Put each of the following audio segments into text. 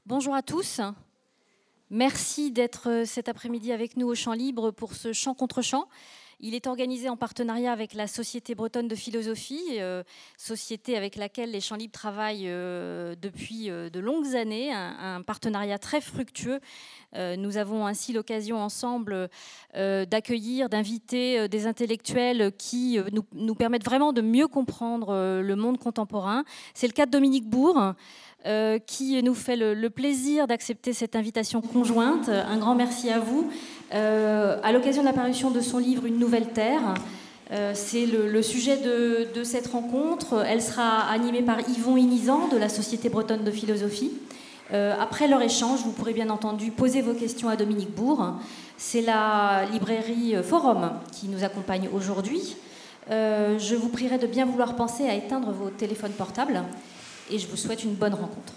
Bonjour à tous. Merci d'être cet après-midi avec nous au Champ Libre pour ce Chant contre Chant. Il est organisé en partenariat avec la Société bretonne de philosophie, société avec laquelle les Champs Libres travaillent depuis de longues années, un partenariat très fructueux. Nous avons ainsi l'occasion ensemble d'accueillir, d'inviter des intellectuels qui nous permettent vraiment de mieux comprendre le monde contemporain. C'est le cas de Dominique Bourg, qui nous fait le plaisir d'accepter cette invitation conjointe. Un grand merci à vous. À l'occasion de la parution de son livre « Une nouvelle terre », c'est le sujet de cette rencontre. Elle sera animée par Yvon Inizan de la Société bretonne de philosophie. Après leur échange, vous pourrez bien entendu poser vos questions à Dominique Bourg. C'est la librairie Forum qui nous accompagne aujourd'hui. Je vous prierai de bien vouloir penser à éteindre vos téléphones portables et je vous souhaite une bonne rencontre.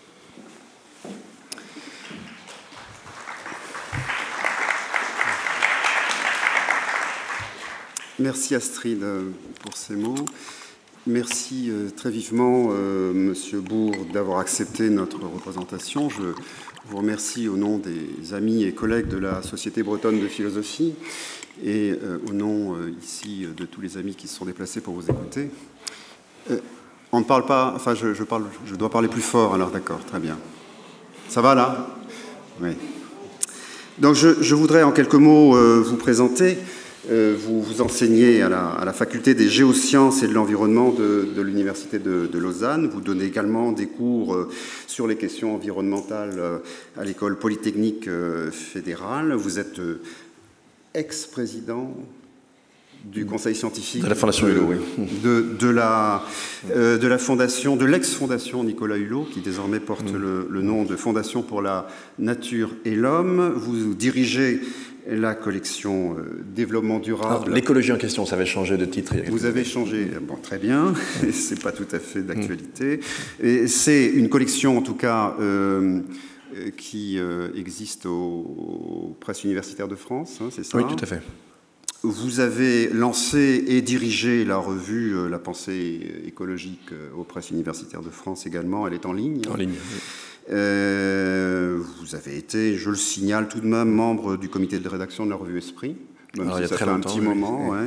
Merci Astrid pour ces mots. Merci très vivement Monsieur Bourg d'avoir accepté notre représentation. Je vous remercie au nom des amis et collègues de la Société bretonne de philosophie et au nom ici de tous les amis qui se sont déplacés pour vous écouter. On ne parle pas, enfin je dois parler plus fort alors, d'accord, très bien. Ça va là ? Oui. Donc je voudrais en quelques mots vous présenter. Vous enseignez à la faculté des géosciences et de l'environnement de l'université de Lausanne. Vous donnez également des cours sur les questions environnementales à l'école polytechnique fédérale. Vous êtes ex-président du conseil scientifique de la Fondation Hulot, oui. de la fondation, de l'ex-fondation Nicolas Hulot, qui désormais porte le nom de Fondation pour la nature et l'homme. Vous dirigez la collection Développement durable. Alors, l'écologie en question, ça avait changé de titre. Vous avez changé, bon, très bien, c'est pas tout à fait d'actualité. Et c'est une collection, en tout cas, qui existe aux presses universitaires de France, hein, c'est ça ? Oui, tout à fait. Vous avez lancé et dirigé la revue La pensée écologique aux presses universitaires de France également, elle est en ligne. En ligne, oui. Vous avez été, je le signale tout de même, membre du comité de rédaction de la revue Esprit. Alors, si il y a très longtemps, un petit moment. Oui.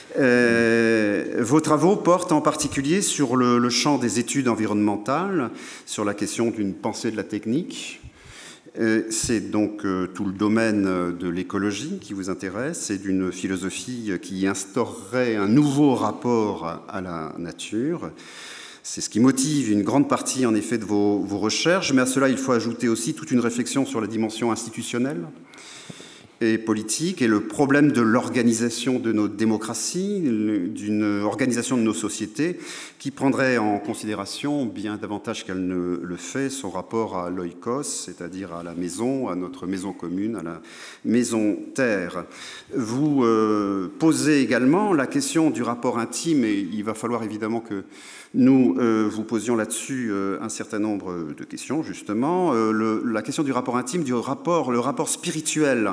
Ouais. Vos travaux portent en particulier sur le champ des études environnementales, sur la question d'une pensée de la technique. C'est donc tout le domaine de l'écologie qui vous intéresse et d'une philosophie qui instaurerait un nouveau rapport à la nature. C'est ce qui motive une grande partie, en effet, de vos recherches, mais à cela, il faut ajouter aussi toute une réflexion sur la dimension institutionnelle et politique et le problème de l'organisation de nos démocraties, d'une organisation de nos sociétés qui prendrait en considération, bien davantage qu'elle ne le fait, son rapport à l'oikos, c'est-à-dire à la maison, à notre maison commune, à la maison terre. Vous posez également la question du rapport intime, et il va falloir évidemment que nous vous posions là-dessus un certain nombre de questions, justement. La question du rapport intime, le rapport spirituel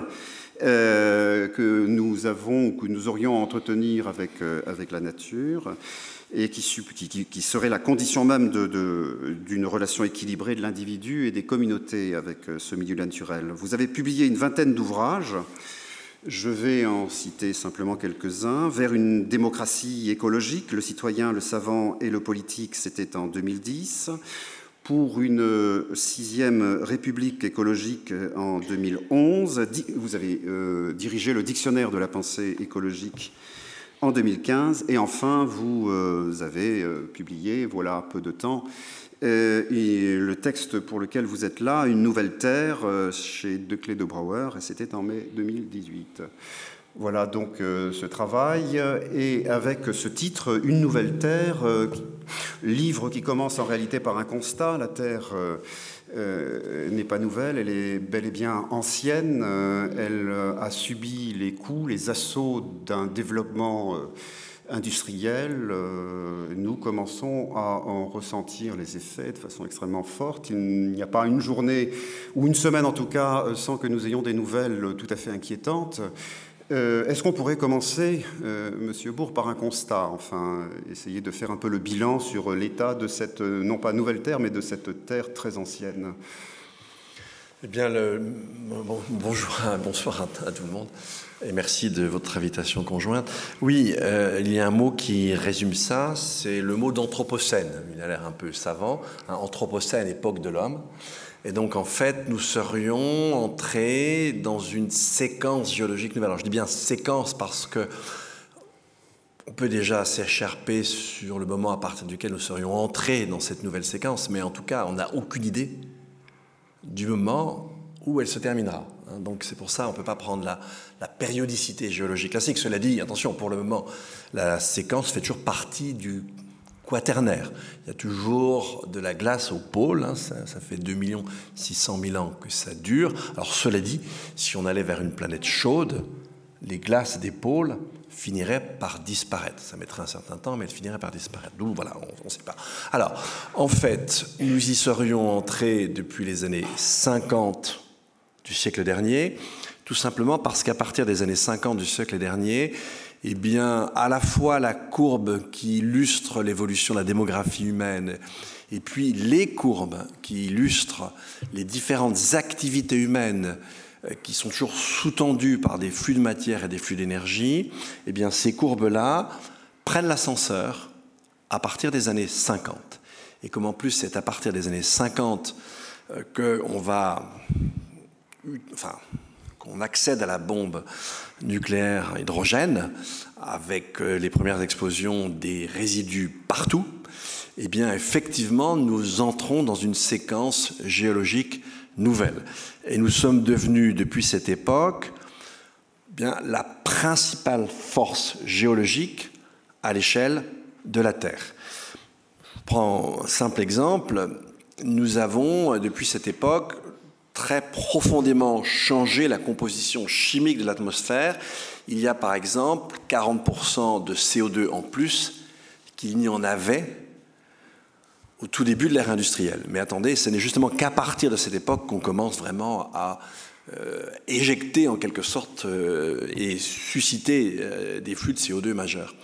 que nous avons, que nous aurions à entretenir avec la nature, et qui serait la condition même d'une relation équilibrée de l'individu et des communautés avec ce milieu naturel. Vous avez publié une vingtaine d'ouvrages. Je vais en citer simplement quelques-uns. Vers une démocratie écologique, le citoyen, le savant et le politique, c'était en 2010. Pour une 6e République écologique en 2011. Vous avez dirigé le dictionnaire de la pensée écologique en 2015. Et enfin, vous avez publié, voilà peu de temps, et le texte pour lequel vous êtes là, Une nouvelle terre, chez Declé de Brouwer, et c'était en mai 2018. Voilà donc ce travail, et avec ce titre, Une nouvelle terre, livre qui commence en réalité par un constat. La terre n'est pas nouvelle, elle est bel et bien ancienne, elle a subi les coups, les assauts d'un développement industriel. Nous commençons à en ressentir les effets de façon extrêmement forte. Il n'y a pas une journée, ou une semaine en tout cas, sans que nous ayons des nouvelles tout à fait inquiétantes. Est-ce qu'on pourrait commencer, Monsieur Bourg, par un constat, enfin, essayer de faire un peu le bilan sur l'état de cette, non pas nouvelle terre, mais de cette terre très ancienne Eh bien, bonsoir à tout le monde et merci de votre invitation conjointe. Oui, il y a un mot qui résume ça, c'est le mot d'anthropocène. Il a l'air un peu savant, hein, anthropocène, époque de l'homme. Et donc, en fait, nous serions entrés dans une séquence géologique nouvelle. Alors, je dis bien séquence parce que on peut déjà s'écharper sur le moment à partir duquel nous serions entrés dans cette nouvelle séquence, mais en tout cas, on n'a aucune idée du moment où elle se terminera. Donc c'est pour ça qu'on ne peut pas prendre la périodicité géologique classique. Cela dit, attention, pour le moment, la séquence fait toujours partie du quaternaire. Il y a toujours de la glace au pôle, hein, ça fait 2 600 000 ans que ça dure. Alors cela dit, si on allait vers une planète chaude, les glaces des pôles finiraient par disparaître. Ça mettrait un certain temps, mais elles finiraient par disparaître. D'où, voilà, on ne sait pas. Alors, en fait, nous y serions entrés depuis les années 50 du siècle dernier, tout simplement parce qu'à partir des années 50 du siècle dernier, eh bien, à la fois la courbe qui illustre l'évolution de la démographie humaine et puis les courbes qui illustrent les différentes activités humaines qui sont toujours sous-tendues par des flux de matière et des flux d'énergie, eh bien, ces courbes-là prennent l'ascenseur à partir des années 50. Et comme en plus c'est à partir des années 50 qu'on accède à la bombe nucléaire à hydrogène, avec les premières explosions des résidus partout, eh bien, effectivement, nous entrons dans une séquence géologique nouvelle. Et nous sommes devenus, depuis cette époque, bien, la principale force géologique à l'échelle de la Terre. Je prends un simple exemple. Nous avons, depuis cette époque, très profondément changé la composition chimique de l'atmosphère. Il y a par exemple 40% de CO2 en plus qu'il n'y en avait au tout début de l'ère industrielle. Mais attendez, ce n'est justement qu'à partir de cette époque qu'on commence vraiment à éjecter en quelque sorte et susciter des flux de CO2 majeurs.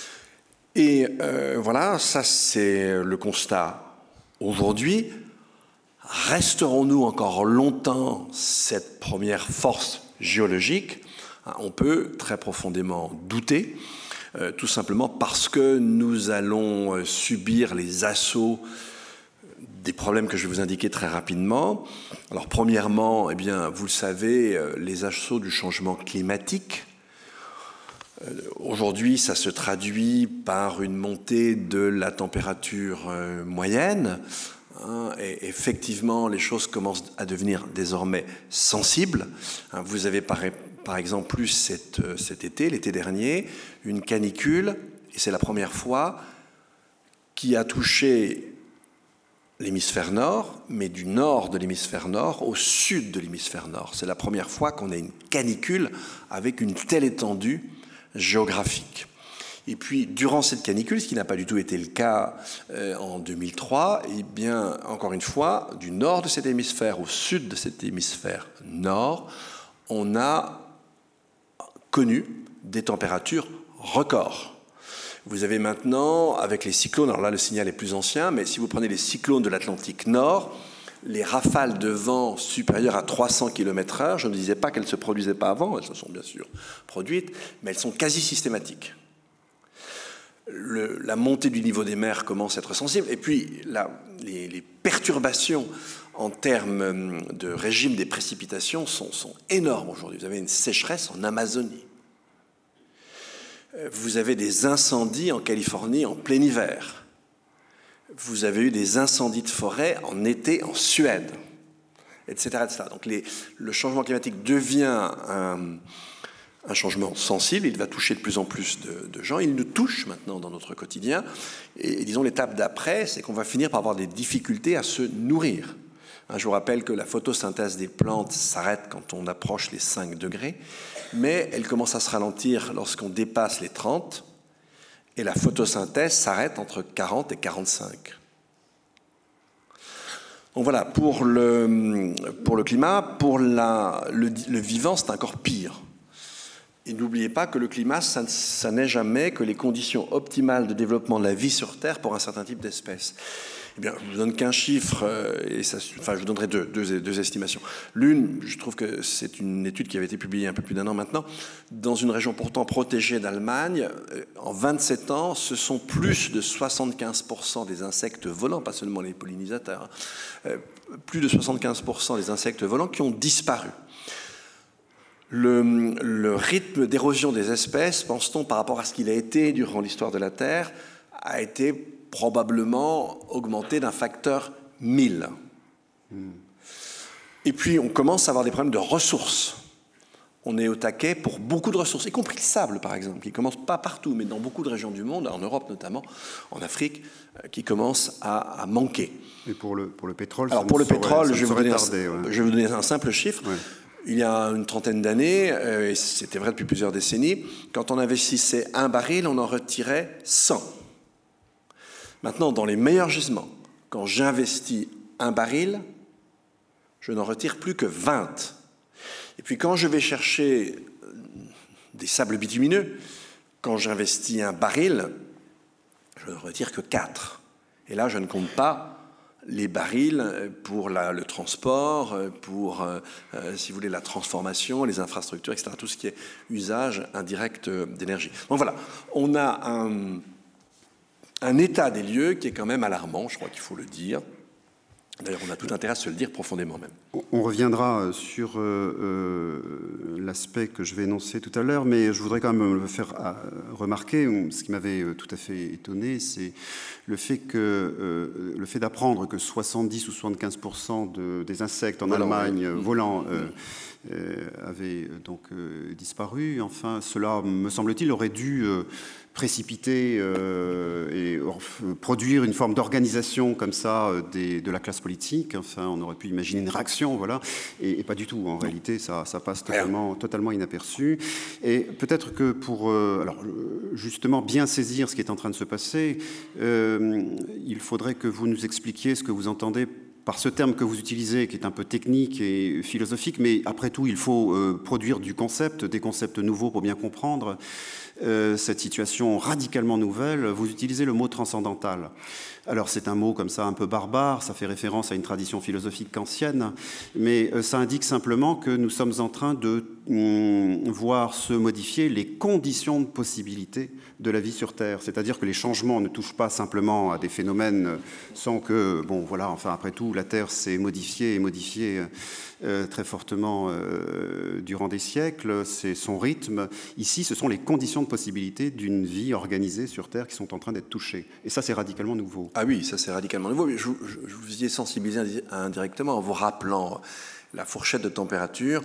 Et voilà, ça c'est le constat aujourd'hui. Resterons-nous encore longtemps cette première force géologique? On peut très profondément douter, tout simplement parce que nous allons subir les assauts des problèmes que je vais vous indiquer très rapidement. Alors premièrement, eh bien, vous le savez, les assauts du changement climatique. Aujourd'hui, ça se traduit par une montée de la température moyenne. Et effectivement, les choses commencent à devenir désormais sensibles. Vous avez par exemple eu cet été, l'été dernier, une canicule, et c'est la première fois, qui a touché l'hémisphère nord, mais du nord de l'hémisphère nord au sud de l'hémisphère nord. C'est la première fois qu'on a une canicule avec une telle étendue géographique. Et puis, durant cette canicule, ce qui n'a pas du tout été le cas en 2003, eh bien, encore une fois, du nord de cet hémisphère au sud de cet hémisphère nord, on a connu des températures records. Vous avez maintenant, avec les cyclones, alors là le signal est plus ancien, mais si vous prenez les cyclones de l'Atlantique Nord, les rafales de vent supérieures à 300 km/h, je ne disais pas qu'elles ne se produisaient pas avant, elles se sont bien sûr produites, mais elles sont quasi systématiques. La montée du niveau des mers commence à être sensible, et puis les perturbations en termes de régime des précipitations sont énormes aujourd'hui. Vous avez une sécheresse en Amazonie. Vous avez des incendies en Californie en plein hiver. Vous avez eu des incendies de forêt en été en Suède, etc. etc. Donc le changement climatique devient un changement sensible, il va toucher de plus en plus de gens, il nous touche maintenant dans notre quotidien, et disons l'étape d'après, c'est qu'on va finir par avoir des difficultés à se nourrir. Je vous rappelle que la photosynthèse des plantes s'arrête quand on approche les 5 degrés, mais elle commence à se ralentir lorsqu'on dépasse les 30, et la photosynthèse s'arrête entre 40 et 45. Donc voilà, pour le climat, pour le vivant, c'est encore pire. Et n'oubliez pas que le climat, ça n'est jamais que les conditions optimales de développement de la vie sur Terre pour un certain type d'espèces. Eh bien, je ne vous donne qu'un chiffre, et ça, enfin, je vous donnerai deux estimations. L'une, je trouve que c'est une étude qui avait été publiée un peu plus d'1 an maintenant, dans une région pourtant protégée d'Allemagne, en 27 ans, ce sont plus de 75% des insectes volants, pas seulement les pollinisateurs, plus de 75% des insectes volants qui ont disparu. Le rythme d'érosion des espèces, pense-t-on, par rapport à ce qu'il a été durant l'histoire de la Terre, a été probablement augmenté d'un facteur 1000. Et puis, on commence à avoir des problèmes de ressources. On est au taquet pour beaucoup de ressources, y compris le sable, par exemple, qui commence pas partout, mais dans beaucoup de régions du monde, en Europe notamment, en Afrique, qui commence à manquer. Et pour le pétrole, alors pour le pétrole, je vais vous donner un simple chiffre. Ouais. Il y a une trentaine d'années, et c'était vrai depuis plusieurs décennies, quand on investissait 1 baril, on en retirait 100. Maintenant, dans les meilleurs gisements, quand j'investis 1 baril, je n'en retire plus que 20. Et puis quand je vais chercher des sables bitumineux, quand j'investis 1 baril, je ne retire que 4. Et là, je ne compte pas les barils pour le transport, pour, si vous voulez, la transformation, les infrastructures, etc., tout ce qui est usage indirect d'énergie. Donc voilà, on a un état des lieux qui est quand même alarmant, je crois qu'il faut le dire. D'ailleurs, on a tout intérêt à se le dire profondément même. On reviendra sur l'aspect que je vais énoncer tout à l'heure, mais je voudrais quand même le faire remarquer. Ce qui m'avait tout à fait étonné, c'est le fait d'apprendre que 70 ou 75% des insectes en Allemagne volants avaient donc disparu. Enfin, cela, me semble-t-il, aurait dû précipiter et produire une forme d'organisation comme ça de la classe politique. Enfin, on aurait pu imaginer une réaction, voilà, et pas du tout. En réalité, ça passe totalement inaperçu. Et peut-être que pour justement bien saisir ce qui est en train de se passer, il faudrait que vous nous expliquiez ce que vous entendez par ce terme que vous utilisez, qui est un peu technique et philosophique, mais après tout, il faut produire des concepts nouveaux pour bien comprendre cette situation radicalement nouvelle. Vous utilisez le mot transcendantal. Alors c'est un mot comme ça un peu barbare, ça fait référence à une tradition philosophique kantienne, mais ça indique simplement que nous sommes en train de voir se modifier les conditions de possibilité de la vie sur Terre. C'est-à-dire que les changements ne touchent pas simplement à des phénomènes sans que, bon voilà, enfin après tout, la Terre s'est modifiée très fortement durant des siècles, c'est son rythme. Ici, ce sont les conditions de possibilité d'une vie organisée sur Terre qui sont en train d'être touchées. Et ça, c'est radicalement nouveau. Ah oui, ça c'est radicalement nouveau. Je vous y ai sensibilisé indirectement en vous rappelant la fourchette de température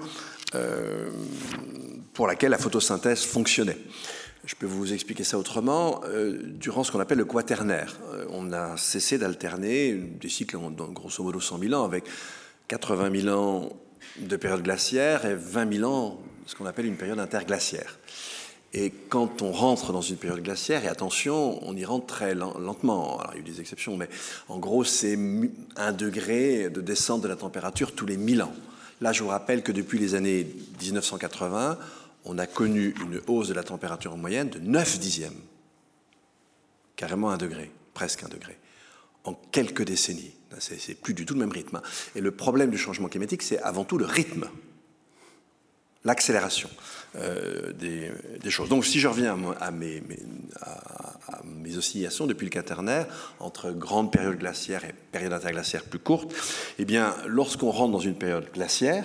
pour laquelle la photosynthèse fonctionnait. Je peux vous expliquer ça autrement. Durant ce qu'on appelle le quaternaire, on a cessé d'alterner des cycles dans grosso modo 100 000 ans avec 80 000 ans de période glaciaire et 20 000 ans, ce qu'on appelle une période interglaciaire. Et quand on rentre dans une période glaciaire, et attention, on y rentre très lentement, alors il y a eu des exceptions, mais en gros c'est 1 degré de descente de la température tous les 1000 ans. Là, je vous rappelle que depuis les années 1980, on a connu une hausse de la température moyenne de 9 dixièmes. Carrément 1 degré, presque 1 degré, en quelques décennies. C'est plus du tout le même rythme. Et le problème du changement climatique, c'est avant tout le rythme, l'accélération des choses. Donc si je reviens à mes oscillations depuis le quaternaire, entre grande période glaciaire et période interglaciaire plus courte, eh bien, lorsqu'on rentre dans une période glaciaire,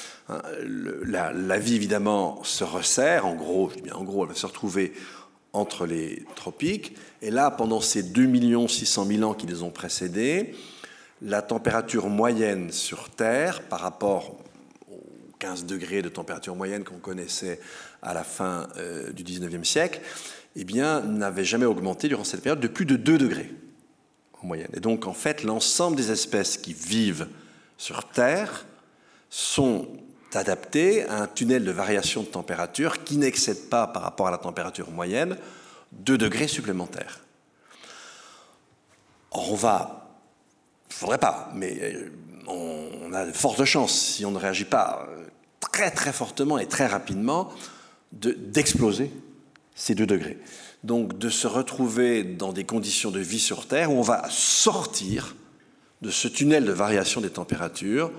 la vie évidemment se resserre, en gros, elle va se retrouver entre les tropiques, et là, pendant ces 2 600 000 ans qui les ont précédés, la température moyenne sur Terre, par rapport aux 15 degrés de température moyenne qu'on connaissait à la fin du 19e siècle, eh bien, n'avait jamais augmenté durant cette période de plus de 2 degrés en moyenne. Et donc, en fait, l'ensemble des espèces qui vivent sur Terre sont adaptées à un tunnel de variation de température qui n'excède pas, par rapport à la température moyenne, 2 degrés supplémentaires. Or, il ne faudrait pas, mais on a de fortes chances, si on ne réagit pas très très fortement et très rapidement, d'exploser ces 2 degrés. donc de se retrouver dans des conditions de vie sur Terre où on va sortir de ce tunnel de variation des températures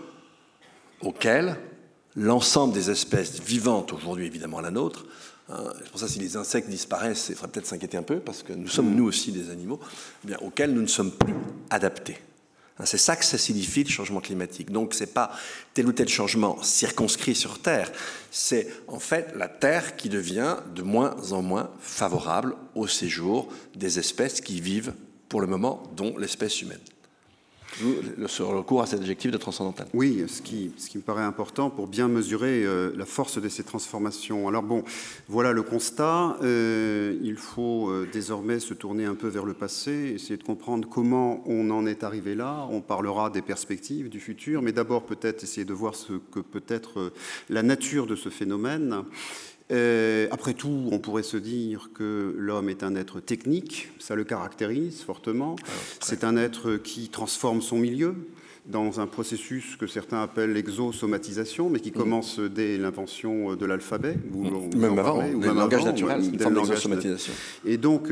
auquel l'ensemble des espèces vivantes, aujourd'hui évidemment la nôtre, c'est pour ça que si les insectes disparaissent, il faudrait peut-être s'inquiéter un peu, parce que nous sommes nous aussi des animaux, bien, auxquels nous ne sommes plus adaptés. C'est ça que ça signifie le changement climatique. Donc ce n'est pas tel ou tel changement circonscrit sur Terre, c'est en fait la Terre qui devient de moins en moins favorable au séjour des espèces qui vivent pour le moment, dont l'espèce humaine. Le recours à cet adjectif de transcendantal. Oui, ce qui me paraît important pour bien mesurer la force de ces transformations. Alors bon, voilà le constat. Il faut désormais se tourner un peu vers le passé, essayer de comprendre comment on en est arrivé là. On parlera des perspectives du futur, mais d'abord peut-être essayer de voir ce que peut être la nature de ce phénomène. Après tout, on pourrait se dire que l'homme est un être technique, ça le caractérise fortement. C'est un être qui transforme son milieu dans un processus que certains appellent l'exosomatisation, mais qui commence dès l'invention de l'alphabet. Même avant, le langage naturel, une forme d'exosomatisation. Et donc,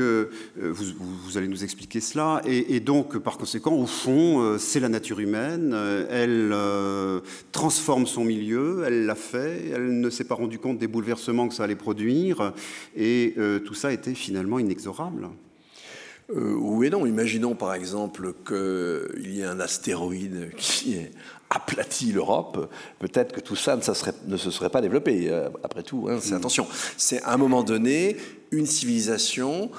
vous allez nous expliquer cela. Et donc, par conséquent, au fond, c'est la nature humaine. Elle transforme son milieu, elle l'a fait. Elle ne s'est pas rendue compte des bouleversements que ça allait produire. Et tout ça était finalement inexorable. Oui et non. Imaginons par exemple qu'il y ait un astéroïde qui aplatit l'Europe. Peut-être que tout ça ne se serait pas développé. Après tout, attention, c'est à un moment donné, une civilisation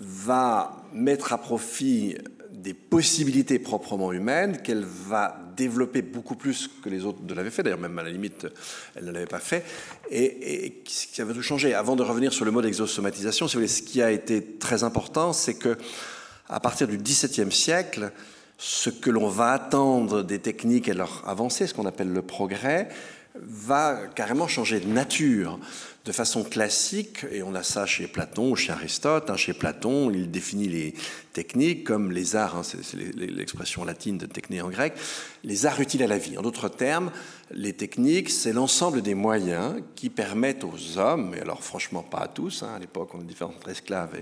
va mettre à profit des possibilités proprement humaines qu'elle va développer beaucoup plus que les autres ne l'avaient fait. D'ailleurs, même à la limite, elle ne l'avait pas fait. Et qui va tout changer. Avant de revenir sur le mot d'exosomatisation, si vous voulez, ce qui a été très important, c'est que à partir du XVIIe siècle, ce que l'on va attendre des techniques et leur avancée, ce qu'on appelle le progrès, va carrément changer de nature de façon classique, et on a ça chez Platon ou chez Aristote. Chez Platon, il définit les techniques comme les arts, c'est l'expression latine de techné en grec, les arts utiles à la vie. En d'autres termes, les techniques, c'est l'ensemble des moyens qui permettent aux hommes, et alors franchement pas à tous, à l'époque on est différent entre esclaves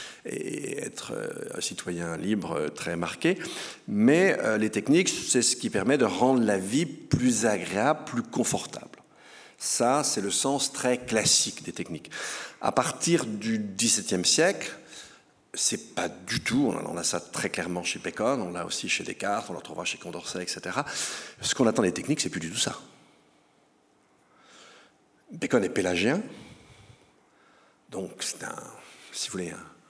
et être un citoyen libre très marqué, mais les techniques, c'est ce qui permet de rendre la vie plus agréable, plus confortable. Ça, c'est le sens très classique des techniques. À partir du XVIIe siècle, c'est pas du tout, on a ça très clairement chez Bacon, on l'a aussi chez Descartes, on le retrouvera chez Condorcet, etc. Ce qu'on attend des techniques, c'est plus du tout ça. Bacon est pélagien, donc c'est si vous voulez,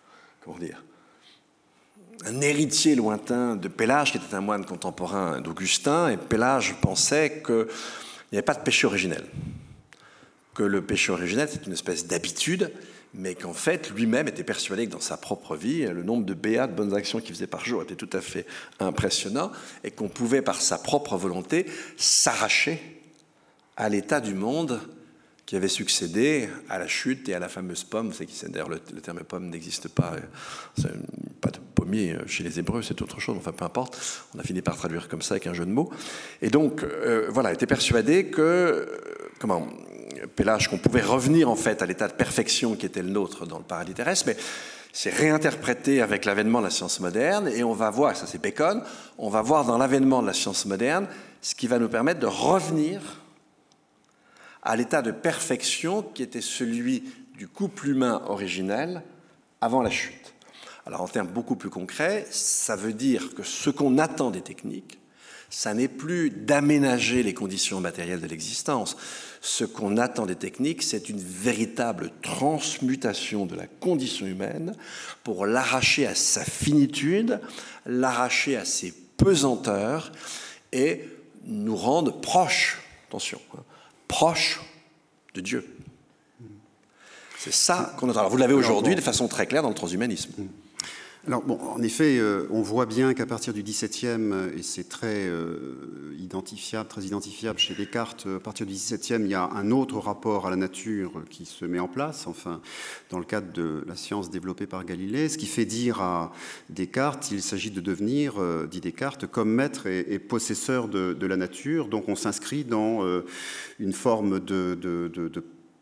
un héritier lointain de Pélage, qui était un moine contemporain d'Augustin, et Pélage pensait qu'il n'y avait pas de péché originel. Que le péché originel, c'est une espèce d'habitude, mais qu'en fait, lui-même était persuadé que dans sa propre vie, le nombre de béats, de bonnes actions qu'il faisait par jour était tout à fait impressionnant, et qu'on pouvait, par sa propre volonté, s'arracher à l'état du monde qui avait succédé à la chute et à la fameuse pomme. D'ailleurs, le terme pomme n'existe pas. Pas de pommier chez les Hébreux, c'est autre chose. Enfin, peu importe. On a fini par traduire comme ça avec un jeu de mots. Et donc, voilà, il était persuadé que, Pélage, qu'on pouvait revenir en fait à l'état de perfection qui était le nôtre dans le paradis terrestre, mais c'est réinterprété avec l'avènement de la science moderne, et on va voir, ça c'est Bacon, on va voir dans l'avènement de la science moderne ce qui va nous permettre de revenir à l'état de perfection qui était celui du couple humain originel avant la chute. Alors en termes beaucoup plus concrets, ça veut dire que ce qu'on attend des techniques, ça n'est plus d'aménager les conditions matérielles de l'existence. Ce qu'on attend des techniques, c'est une véritable transmutation de la condition humaine pour l'arracher à sa finitude, l'arracher à ses pesanteurs et nous rendre proches, attention, proche de Dieu. C'est ça qu'on attend. Alors vous l'avez aujourd'hui de façon très claire dans le transhumanisme. Alors, bon, en effet, on voit bien qu'à partir du XVIIe, et c'est très identifiable chez Descartes, à partir du XVIIe, il y a un autre rapport à la nature qui se met en place, enfin, dans le cadre de la science développée par Galilée, ce qui fait dire à Descartes qu'il s'agit de devenir, dit Descartes, comme maître et possesseur de la nature. Donc on s'inscrit dans une forme de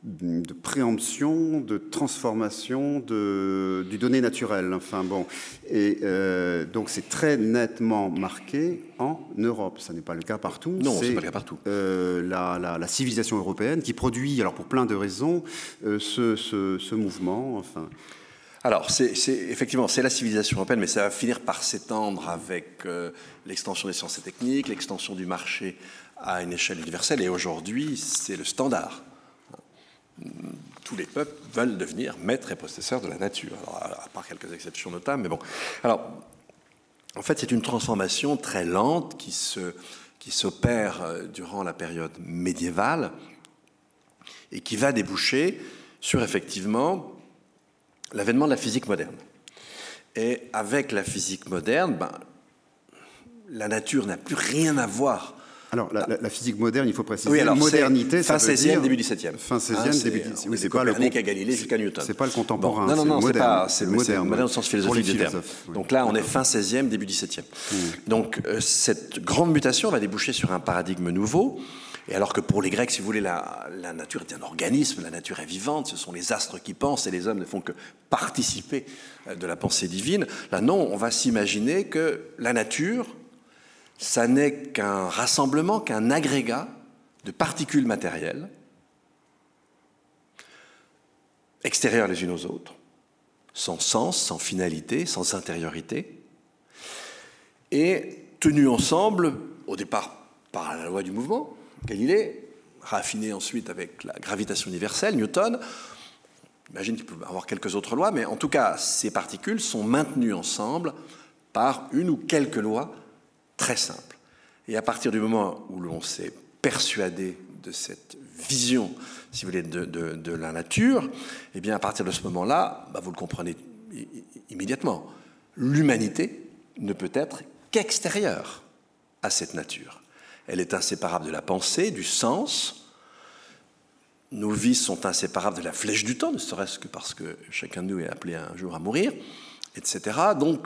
préemption, de transformation du donné naturel. Enfin bon, et donc c'est très nettement marqué en Europe. Ça n'est pas le cas partout. Non, c'est pas le cas partout. La civilisation européenne qui produit, alors pour plein de raisons, ce mouvement. Enfin. Alors, effectivement, c'est la civilisation européenne, mais ça va finir par s'étendre avec l'extension des sciences et techniques, l'extension du marché à une échelle universelle, et aujourd'hui, c'est le standard. Tous les peuples veulent devenir maîtres et possesseurs de la nature, alors, à part quelques exceptions notables, mais bon. Alors, en fait, c'est une transformation très lente qui s'opère durant la période médiévale et qui va déboucher sur, effectivement, l'avènement de la physique moderne. Et avec la physique moderne, la nature n'a plus rien à voir. Alors, la physique moderne, il faut préciser, oui, alors, modernité, fin ça veut 16e, dire... début 17e. Fin 16e, début 17e. Oui, c'est pas le Copernic à Galilée jusqu'à Newton. C'est pas le contemporain, bon, non, c'est moderne. Moderne au sens philosophique du terme. Oui. Donc là, on est fin 16e, début 17e. Donc, cette grande mutation va déboucher sur un paradigme nouveau. Et alors que pour les Grecs, si vous voulez, la nature est un organisme, la nature est vivante, ce sont les astres qui pensent et les hommes ne font que participer de la pensée divine. Là, non, on va s'imaginer que la nature, ça n'est qu'un rassemblement, qu'un agrégat de particules matérielles, extérieures les unes aux autres, sans sens, sans finalité, sans intériorité, et tenues ensemble, au départ par la loi du mouvement, Galilée, raffiné ensuite avec la gravitation universelle, Newton. J'imagine qu'il peut y avoir quelques autres lois, mais en tout cas, ces particules sont maintenues ensemble par une ou quelques lois très simples. Et à partir du moment où l'on s'est persuadé de cette vision, si vous voulez, de la nature, eh bien, à partir de ce moment-là, vous le comprenez immédiatement, l'humanité ne peut être qu'extérieure à cette nature. Elle est inséparable de la pensée, du sens. Nos vies sont inséparables de la flèche du temps, ne serait-ce que parce que chacun de nous est appelé un jour à mourir, etc. Donc,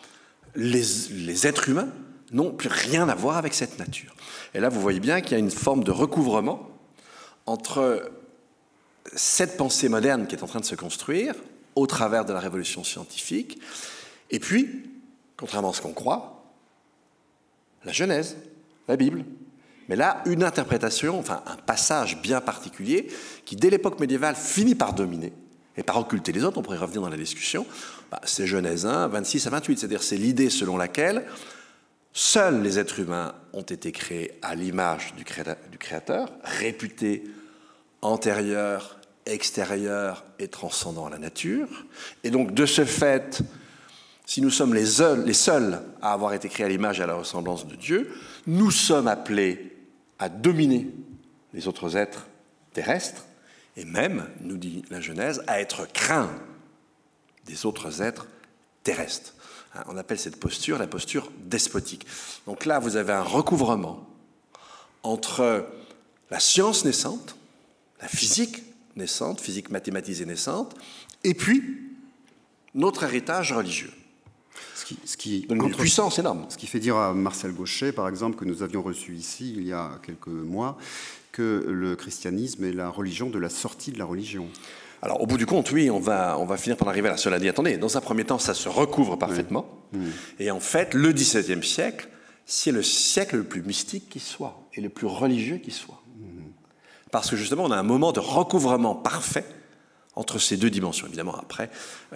les êtres humains n'ont plus rien à voir avec cette nature. Et là, vous voyez bien qu'il y a une forme de recouvrement entre cette pensée moderne qui est en train de se construire au travers de la révolution scientifique, et puis, contrairement à ce qu'on croit, la Genèse, la Bible. Mais là, une interprétation, enfin un passage bien particulier qui, dès l'époque médiévale, finit par dominer et par occulter les autres. On pourrait revenir dans la discussion. C'est Genèse 1, 26 à 28, c'est-à-dire c'est l'idée selon laquelle seuls les êtres humains ont été créés à l'image du Créateur, réputés antérieurs, extérieurs et transcendants à la nature. Et donc, de ce fait, si nous sommes les seuls à avoir été créés à l'image et à la ressemblance de Dieu, nous sommes appelés à dominer les autres êtres terrestres et même, nous dit la Genèse, à être craints des autres êtres terrestres. On appelle cette posture la posture despotique. Donc là, vous avez un recouvrement entre la science naissante, la physique naissante, physique mathématisée naissante, et puis notre héritage religieux. Ce qui donne une puissance énorme. Ce qui fait dire à Marcel Gauchet, par exemple, que nous avions reçu ici, il y a quelques mois, que le christianisme est la religion de la sortie de la religion. Alors, au bout du compte, oui, on va finir par arriver là. Cela dit, attendez, dans un premier temps, ça se recouvre parfaitement. Oui. Et en fait, le XVIIe siècle, c'est le siècle le plus mystique qui soit et le plus religieux qui soit. Parce que justement, on a un moment de recouvrement parfait entre ces deux dimensions. Évidemment, après,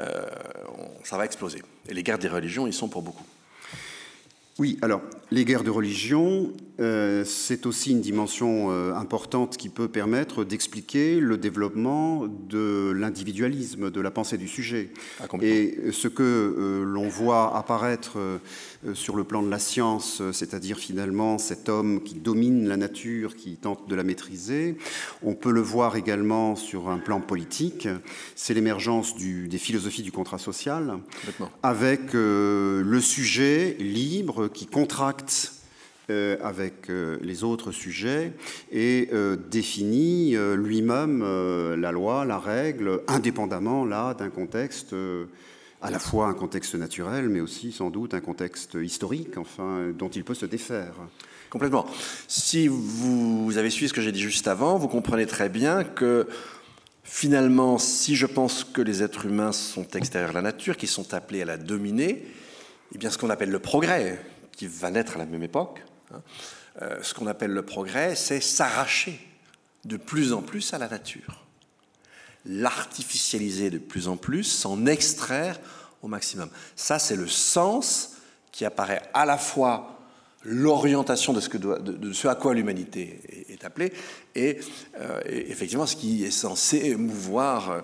ça va exploser. Et les guerres des religions, ils sont pour beaucoup. Oui, alors, les guerres de religion, c'est aussi une dimension importante qui peut permettre d'expliquer le développement de l'individualisme, de la pensée du sujet. Et ce que l'on voit apparaître sur le plan de la science, c'est-à-dire finalement cet homme qui domine la nature, qui tente de la maîtriser, on peut le voir également sur un plan politique. C'est l'émergence des philosophies du contrat social, avec le sujet libre qui contracte avec les autres sujets et définit lui-même la loi, la règle, indépendamment là d'un contexte, à la fois un contexte naturel, mais aussi sans doute un contexte historique, enfin, dont il peut se défaire. Complètement. Si vous avez suivi ce que j'ai dit juste avant, vous comprenez très bien que Finalement, si je pense que les êtres humains sont extérieurs à la nature, qu'ils sont appelés à la dominer, eh bien, ce qu'on appelle le progrès, qui va naître à la même époque, ce qu'on appelle le progrès, c'est s'arracher de plus en plus à la nature, l'artificialiser de plus en plus, s'en extraire au maximum. Ça, c'est le sens qui apparaît à la fois l'orientation de ce à quoi l'humanité est appelée et effectivement ce qui est censé mouvoir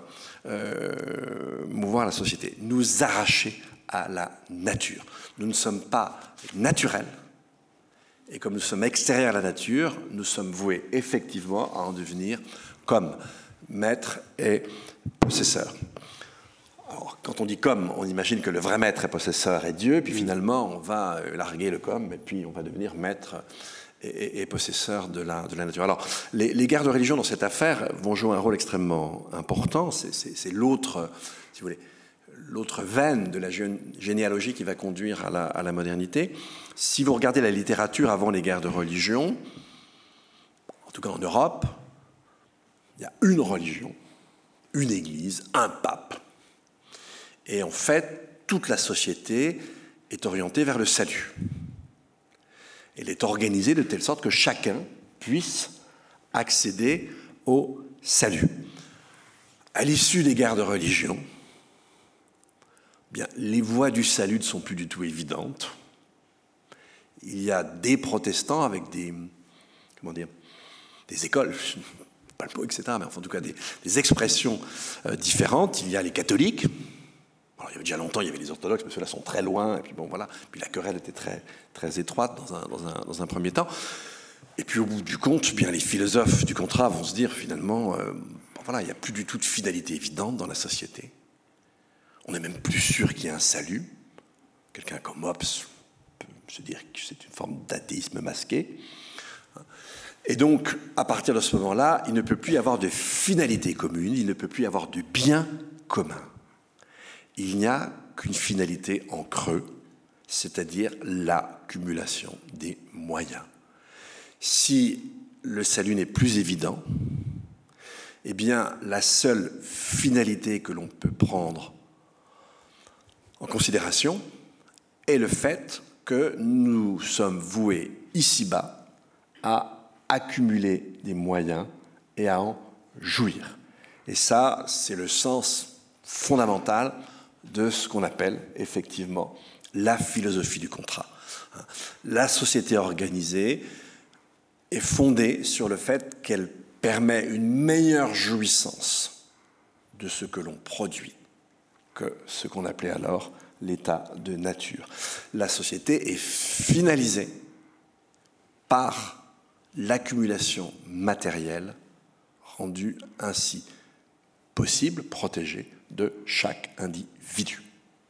la société, nous arracher à la nature. Nous ne sommes pas naturels et comme nous sommes extérieurs à la nature, nous sommes voués effectivement à en devenir comme maître et possesseur. Alors, quand on dit comme, on imagine que le vrai maître et possesseur est Dieu, puis finalement on va larguer le comme, et puis on va devenir maître et possesseur de la nature. Alors, les guerres de religion dans cette affaire vont jouer un rôle extrêmement important. C'est l'autre, si vous voulez, l'autre veine de la généalogie qui va conduire à la modernité. Si vous regardez la littérature avant les guerres de religion, en tout cas en Europe, il y a une religion, une église, un pape. Et en fait, toute la société est orientée vers le salut. Elle est organisée de telle sorte que chacun puisse accéder au salut. À l'issue des guerres de religion, bien, les voies du salut ne sont plus du tout évidentes. Il y a des protestants avec des écoles, pas le mot, etc., mais en tout cas des expressions différentes. Il y a les catholiques. Alors, il y avait déjà longtemps, il y avait les orthodoxes, mais ceux-là sont très loin, et puis bon, voilà. Puis la querelle était très, très étroite dans un premier temps. Et puis au bout du compte, bien, les philosophes du contrat vont se dire finalement, voilà, il n'y a plus du tout de finalité évidente dans la société. On n'est même plus sûr qu'il y ait un salut. Quelqu'un comme Hobbes peut se dire que c'est une forme d'athéisme masqué. Et donc, à partir de ce moment-là, il ne peut plus y avoir de finalité commune, il ne peut plus y avoir de bien commun. Il n'y a qu'une finalité en creux, c'est-à-dire l'accumulation des moyens. Si le salut n'est plus évident, eh bien, la seule finalité que l'on peut prendre en considération est le fait que nous sommes voués ici-bas à accumuler des moyens et à en jouir. Et ça, c'est le sens fondamental de ce qu'on appelle effectivement la philosophie du contrat. La société organisée est fondée sur le fait qu'elle permet une meilleure jouissance de ce que l'on produit que ce qu'on appelait alors l'état de nature. La société est finalisée par l'accumulation matérielle rendue ainsi possible, protégée de chaque individu.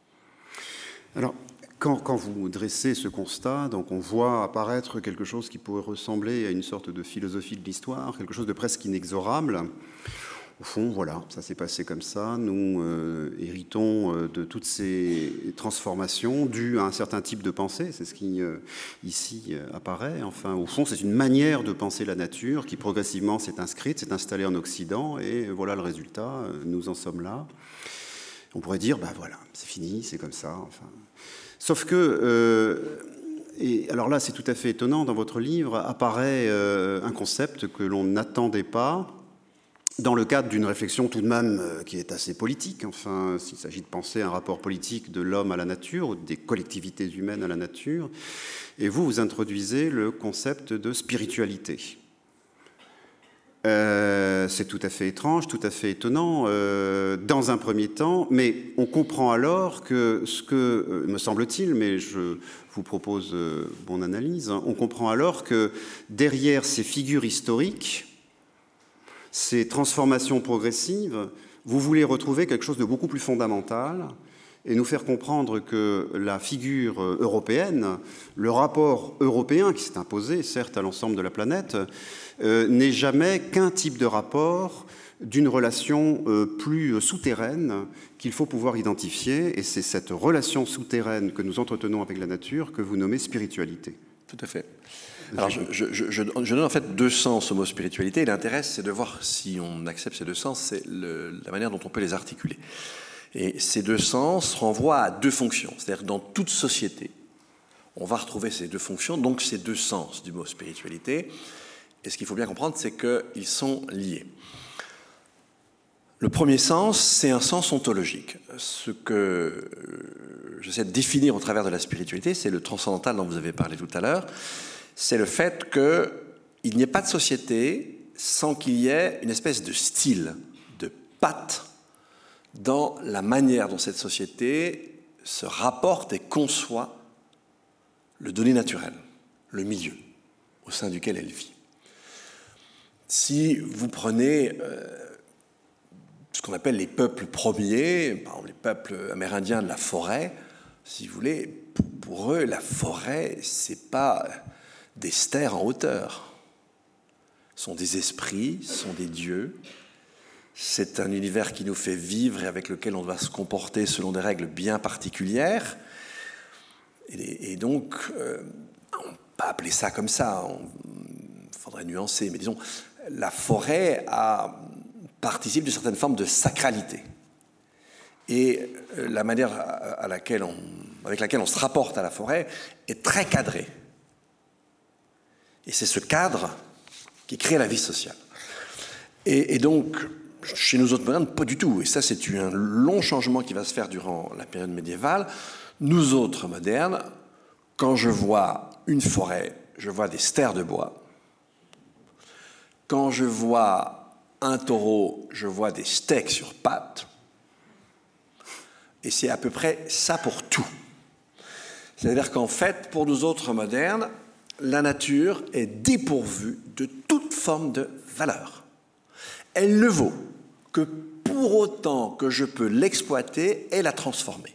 Alors, quand vous dressez ce constat, donc on voit apparaître quelque chose qui pourrait ressembler à une sorte de philosophie de l'histoire, quelque chose de presque inexorable. Au fond, voilà, ça s'est passé comme ça. Nous héritons de toutes ces transformations dues à un certain type de pensée. C'est ce qui, ici, apparaît. Enfin, au fond, c'est une manière de penser la nature qui, progressivement, s'est inscrite, s'est installée en Occident. Et voilà le résultat. Nous en sommes là. On pourrait dire, ben voilà, c'est fini, c'est comme ça. Enfin, sauf que... et alors là, c'est tout à fait étonnant. Dans votre livre, apparaît un concept que l'on n'attendait pas, dans le cadre d'une réflexion tout de même qui est assez politique. Enfin, s'il s'agit de penser un rapport politique de l'homme à la nature, ou des collectivités humaines à la nature, et vous introduisez le concept de spiritualité. C'est tout à fait étrange, tout à fait étonnant dans un premier temps, mais on comprend alors que ce que, me semble-t-il, mais je vous propose mon analyse, on comprend alors que derrière ces figures historiques, ces transformations progressives, vous voulez retrouver quelque chose de beaucoup plus fondamental et nous faire comprendre que la figure européenne, le rapport européen qui s'est imposé, certes, à l'ensemble de la planète, n'est jamais qu'un type de rapport d'une relation plus souterraine qu'il faut pouvoir identifier. Et c'est cette relation souterraine que nous entretenons avec la nature que vous nommez spiritualité. Tout à fait. Alors, je donne en fait 2 sens au mot spiritualité. Et l'intérêt, c'est de voir si on accepte ces 2 sens, c'est la manière dont on peut les articuler. Et ces 2 sens renvoient à 2 fonctions. C'est-à-dire que dans toute société, on va retrouver ces 2 fonctions, donc ces 2 sens du mot spiritualité. Et ce qu'il faut bien comprendre, c'est qu'ils sont liés. Le premier sens, c'est un sens ontologique. Ce que j'essaie de définir au travers de la spiritualité, c'est le transcendantal dont vous avez parlé tout à l'heure. C'est le fait qu'il n'y ait pas de société sans qu'il y ait une espèce de style, de patte dans la manière dont cette société se rapporte et conçoit le donné naturel, le milieu au sein duquel elle vit. Si vous prenez ce qu'on appelle les peuples premiers, par exemple les peuples amérindiens de la forêt, si vous voulez, pour eux, la forêt, c'est pas des stères en hauteur. Ce sont des esprits, ce sont des dieux. C'est un univers qui nous fait vivre et avec lequel on doit se comporter selon des règles bien particulières. Et donc, on peut pas appeler ça comme ça, il faudrait nuancer, mais disons, la forêt participe d'une certaine forme de sacralité. Et la manière avec laquelle on se rapporte à la forêt est très cadrée. Et c'est ce cadre qui crée la vie sociale. Et donc, chez nous autres modernes, pas du tout. Et ça, c'est un long changement qui va se faire durant la période médiévale. Nous autres modernes, quand je vois une forêt, je vois des stères de bois. Quand je vois un taureau, je vois des steaks sur pattes. Et c'est à peu près ça pour tout. C'est-à-dire qu'en fait, pour nous autres modernes, la nature est dépourvue de toute forme de valeur. Elle ne vaut que pour autant que je peux l'exploiter et la transformer.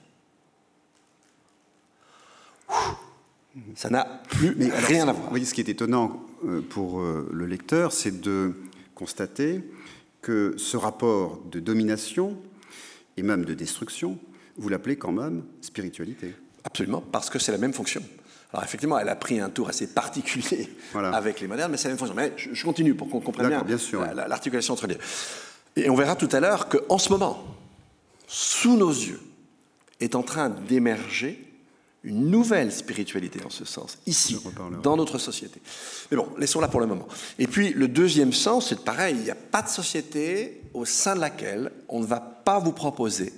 Ça n'a plus rien à voir. Vous voyez, ce qui est étonnant pour le lecteur, c'est de constater que ce rapport de domination et même de destruction, vous l'appelez quand même spiritualité. Absolument, parce que c'est la même fonction. Alors effectivement, elle a pris un tour assez particulier avec les modernes, mais c'est la même fonction. Mais je continue pour qu'on comprenne bien l'articulation entre les deux. Et on verra tout à l'heure qu'en ce moment, sous nos yeux, est en train d'émerger une nouvelle spiritualité dans ce sens, ici, dans notre société. Mais bon, laissons-la pour le moment. Et puis, le deuxième sens, c'est pareil, il n'y a pas de société au sein de laquelle on ne va pas vous proposer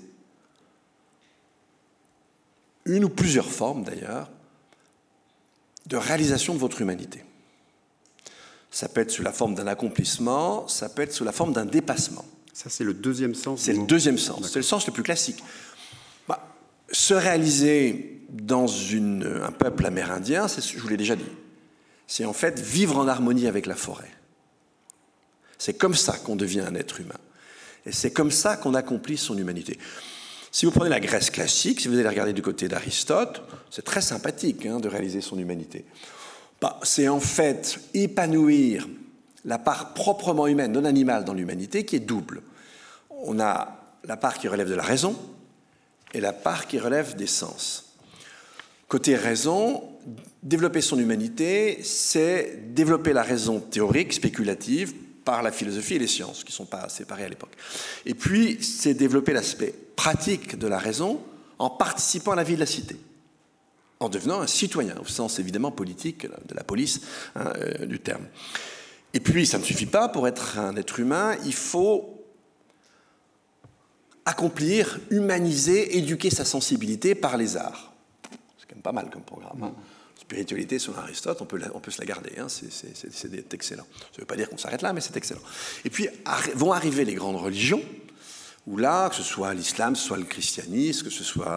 une ou plusieurs formes, d'ailleurs, de réalisation de votre humanité. Ça peut être sous la forme d'un accomplissement, ça peut être sous la forme d'un dépassement. Ça, c'est le deuxième sens. C'est le deuxième sens, c'est le sens le plus classique. Se réaliser dans un peuple amérindien, je vous l'ai déjà dit, c'est en fait vivre en harmonie avec la forêt. C'est comme ça qu'on devient un être humain. Et c'est comme ça qu'on accomplit son humanité. Si vous prenez la Grèce classique, si vous allez regarder du côté d'Aristote, c'est très sympathique de réaliser son humanité. C'est en fait épanouir la part proprement humaine, non animale dans l'humanité, qui est double. On a la part qui relève de la raison et la part qui relève des sens. Côté raison, développer son humanité, c'est développer la raison théorique, spéculative, par la philosophie et les sciences, qui ne sont pas séparées à l'époque. Et puis, c'est développer l'aspect pratique de la raison en participant à la vie de la cité, en devenant un citoyen, au sens évidemment politique de la police du terme. Et puis, ça ne suffit pas, pour être un être humain, il faut accomplir, humaniser, éduquer sa sensibilité par les arts. C'est quand même pas mal comme programme. Spiritualité, selon Aristote, on peut se la garder, c'est excellent. Ça ne veut pas dire qu'on s'arrête là, mais c'est excellent. Et puis vont arriver les grandes religions, où là, que ce soit l'islam, que ce soit le christianisme, que ce soit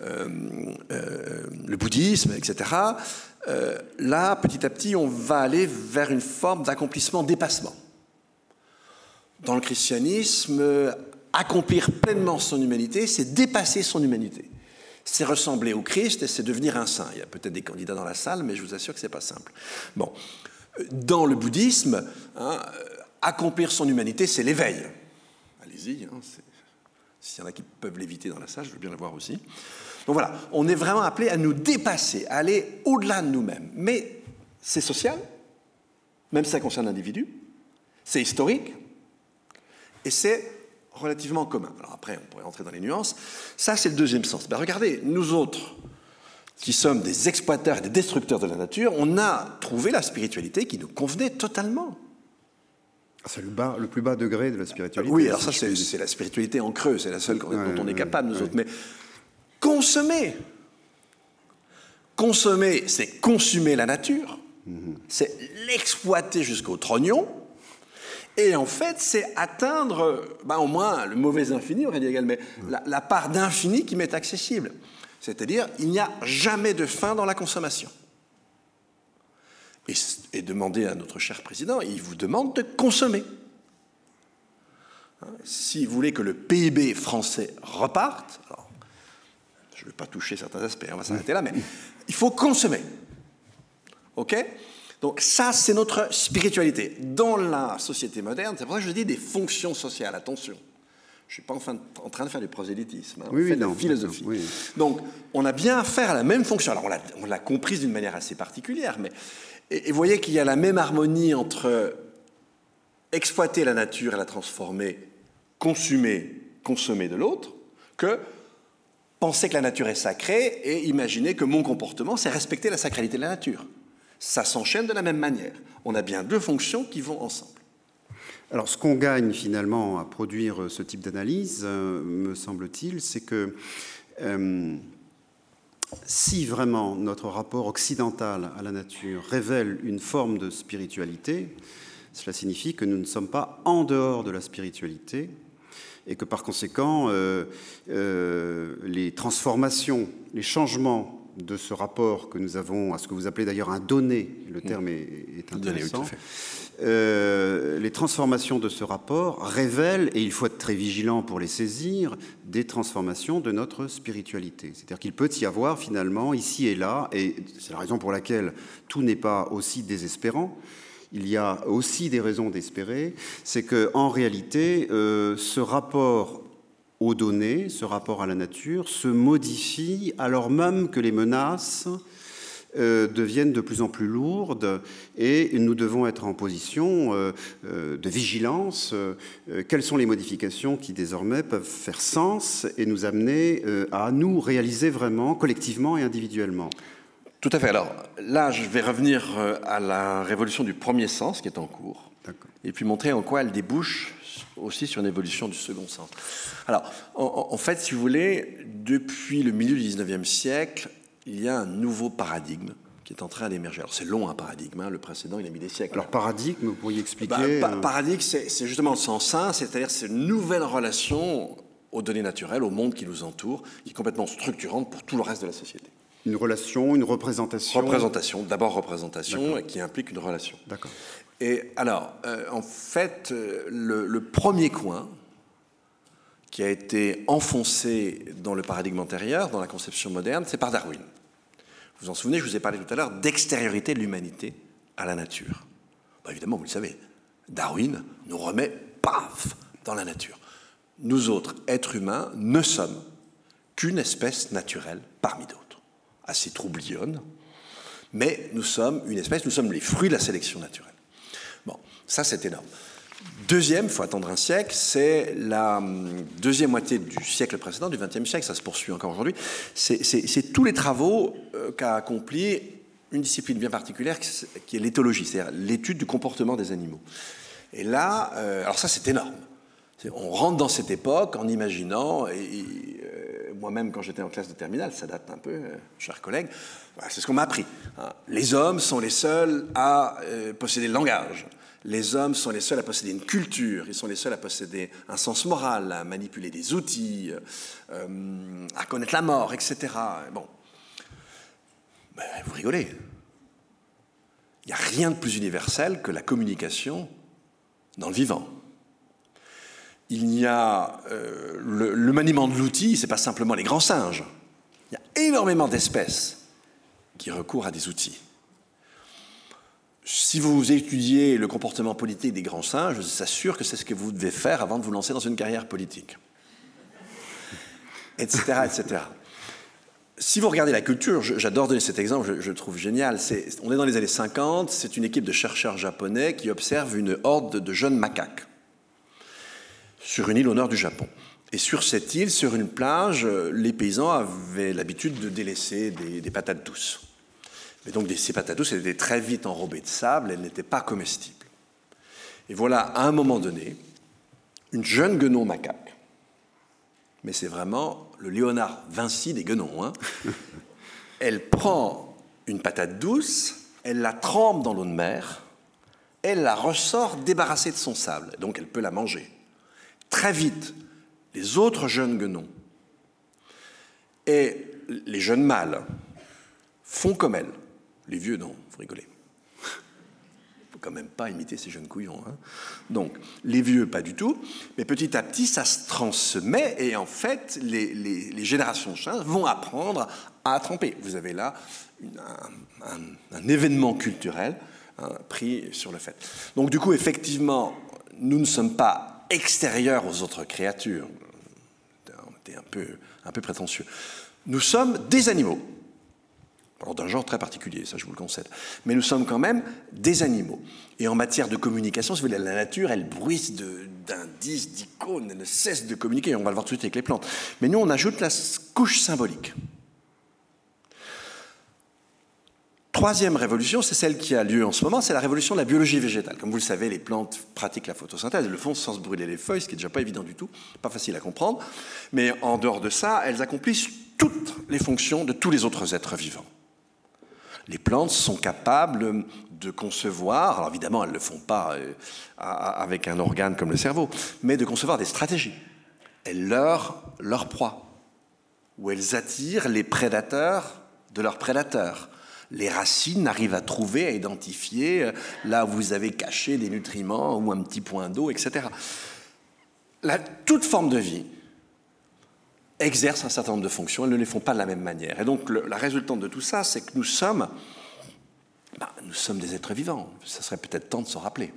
le bouddhisme, etc., là, petit à petit, on va aller vers une forme d'accomplissement, dépassement. Dans le christianisme, accomplir pleinement son humanité, c'est dépasser son humanité. C'est ressembler au Christ et c'est devenir un saint. Il y a peut-être des candidats dans la salle, mais je vous assure que ce n'est pas simple. Bon. Dans le bouddhisme, accomplir son humanité, c'est l'éveil. Allez-y, s'il y en a qui peuvent l'éviter dans la salle, je veux bien le voir aussi. Donc voilà, on est vraiment appelé à nous dépasser, à aller au-delà de nous-mêmes. Mais c'est social, même si ça concerne l'individu, c'est historique, et c'est relativement commun. Alors après, on pourrait entrer dans les nuances. Ça, c'est le deuxième sens. Ben regardez, nous autres, qui sommes des exploiteurs et des destructeurs de la nature, on a trouvé la spiritualité qui nous convenait totalement. C'est le plus bas degré de la spiritualité. Oui, alors ça, c'est la spiritualité en creux, c'est la seule dont on est capable, nous autres. Mais consommer, c'est consommer la nature, c'est l'exploiter jusqu'au trognon, et en fait, c'est atteindre, au moins, le mauvais infini, on aurait dit également, mais la part d'infini qui m'est accessible. C'est-à-dire, il n'y a jamais de fin dans la consommation. Et demandez à notre cher président, il vous demande de consommer. Si vous voulez que le PIB français reparte, alors, je ne vais pas toucher certains aspects, on va s'arrêter là, mais il faut consommer. OK ? Donc ça, c'est notre spiritualité. Dans la société moderne, c'est pour ça que je dis des fonctions sociales, attention. Je ne suis pas en train de faire du prosélytisme, on fait de la philosophie. Oui. Donc, on a bien affaire à la même fonction. Alors, on l'a comprise d'une manière assez particulière, mais... Et vous voyez qu'il y a la même harmonie entre exploiter la nature et la transformer, consommer de l'autre, que penser que la nature est sacrée et imaginer que mon comportement, c'est respecter la sacralité de la nature. Ça s'enchaîne de la même manière. On a bien deux fonctions qui vont ensemble. Alors, ce qu'on gagne finalement à produire ce type d'analyse, me semble-t-il, c'est que si vraiment notre rapport occidental à la nature révèle une forme de spiritualité, cela signifie que nous ne sommes pas en dehors de la spiritualité et que par conséquent, les transformations, les changements de ce rapport que nous avons à ce que vous appelez d'ailleurs un donné, le terme est intéressant, les transformations de ce rapport révèlent, et il faut être très vigilant pour les saisir, des transformations de notre spiritualité. C'est-à-dire qu'il peut y avoir finalement, ici et là, et c'est la raison pour laquelle tout n'est pas aussi désespérant, il y a aussi des raisons d'espérer, c'est qu'en réalité, ce rapport aux données, ce rapport à la nature, se modifie alors même que les menaces deviennent de plus en plus lourdes et nous devons être en position de vigilance. Quelles sont les modifications qui désormais peuvent faire sens et nous amener à nous réaliser vraiment collectivement et individuellement? Tout à fait. Alors là, je vais revenir à la révolution du premier sens qui est en cours et puis montrer en quoi elle débouche aussi sur une évolution du second sens. Alors, en fait, si vous voulez, depuis le milieu du 19e siècle, il y a un nouveau paradigme qui est en train d'émerger. Alors, c'est long, un paradigme, hein, le précédent, il a mis des siècles. Alors, paradigme, vous pourriez expliquer Paradigme, c'est justement le sens 1, c'est-à-dire c'est une nouvelle relation aux données naturelles, au monde qui nous entoure, qui est complètement structurante pour tout le reste de la société. Une relation, une représentation. Représentation, d'abord représentation, qui implique une relation. D'accord. Et alors, en fait, le premier coin qui a été enfoncé dans le paradigme antérieur, dans la conception moderne, c'est par Darwin. Vous vous en souvenez, je vous ai parlé tout à l'heure d'extériorité de l'humanité à la nature. Évidemment, vous le savez, Darwin nous remet, paf, dans la nature. Nous autres, êtres humains, ne sommes qu'une espèce naturelle parmi d'autres. Assez troublionne, mais nous sommes une espèce, nous sommes les fruits de la sélection naturelle. Bon, ça c'est énorme. Deuxième, il faut attendre un siècle, c'est la deuxième moitié du siècle précédent, du XXe siècle, ça se poursuit encore aujourd'hui. C'est tous les travaux qu'a accompli une discipline bien particulière qui est l'éthologie, c'est-à-dire l'étude du comportement des animaux. Et là, alors ça c'est énorme. On rentre dans cette époque en imaginant, moi-même quand j'étais en classe de terminale, ça date un peu, chers collègues, c'est ce qu'on m'a appris. Les hommes sont les seuls à posséder le langage. Les hommes sont les seuls à posséder une culture, ils sont les seuls à posséder un sens moral, à manipuler des outils, à connaître la mort, etc. Bon, vous rigolez. Il n'y a rien de plus universel que la communication dans le vivant. Il y a le maniement de l'outil, ce n'est pas simplement les grands singes. Il y a énormément d'espèces qui recourent à des outils. Si vous étudiez le comportement politique des grands singes, je vous assure que c'est ce que vous devez faire avant de vous lancer dans une carrière politique. Etc., etc. Si vous regardez la culture, j'adore donner cet exemple, je le trouve génial. On est dans les années 50, c'est une équipe de chercheurs japonais qui observe une horde de jeunes macaques sur une île au nord du Japon. Et sur cette île, sur une plage, les paysans avaient l'habitude de délaisser des patates douces. Mais donc ces patates douces étaient très vite enrobées de sable, elles n'étaient pas comestibles. Et voilà, à un moment donné, une jeune guenon macaque, mais c'est vraiment le Léonard Vinci des guenons, hein. Elle prend une patate douce, elle la trempe dans l'eau de mer, elle la ressort débarrassée de son sable, donc elle peut la manger. Très vite, les autres jeunes guenons et les jeunes mâles font comme elle. Les vieux, non, vous rigolez. Il ne faut quand même pas imiter ces jeunes couillons, hein. Donc, les vieux, pas du tout, mais petit à petit, ça se transmet, et en fait, les générations de chiens vont apprendre à tremper. Vous avez là un événement culturel, hein, pris sur le fait. Donc, du coup, effectivement, nous ne sommes pas extérieurs aux autres créatures. On était un peu prétentieux. Nous sommes des animaux. Alors d'un genre très particulier, ça je vous le concède. Mais nous sommes quand même des animaux. Et en matière de communication, si vous voulez, la nature, elle bruisse d'indices, d'icônes, elle ne cesse de communiquer. On va le voir tout de suite avec les plantes. Mais nous, on ajoute la couche symbolique. Troisième révolution, c'est celle qui a lieu en ce moment, c'est la révolution de la biologie végétale. Comme vous le savez, les plantes pratiquent la photosynthèse, elles le font sans se brûler les feuilles, ce qui n'est déjà pas évident du tout, pas facile à comprendre. Mais en dehors de ça, elles accomplissent toutes les fonctions de tous les autres êtres vivants. Les plantes sont capables de concevoir, alors évidemment elles ne le font pas avec un organe comme le cerveau, mais de concevoir des stratégies. Elles leurrent leur proie, ou elles attirent les prédateurs de leurs prédateurs. Les racines arrivent à trouver, à identifier là où vous avez caché des nutriments ou un petit point d'eau, etc. Toute forme de vie exerce un certain nombre de fonctions, elles ne les font pas de la même manière. Et donc la résultante de tout ça, c'est que nous sommes des êtres vivants. Ça serait peut-être temps de s'en rappeler.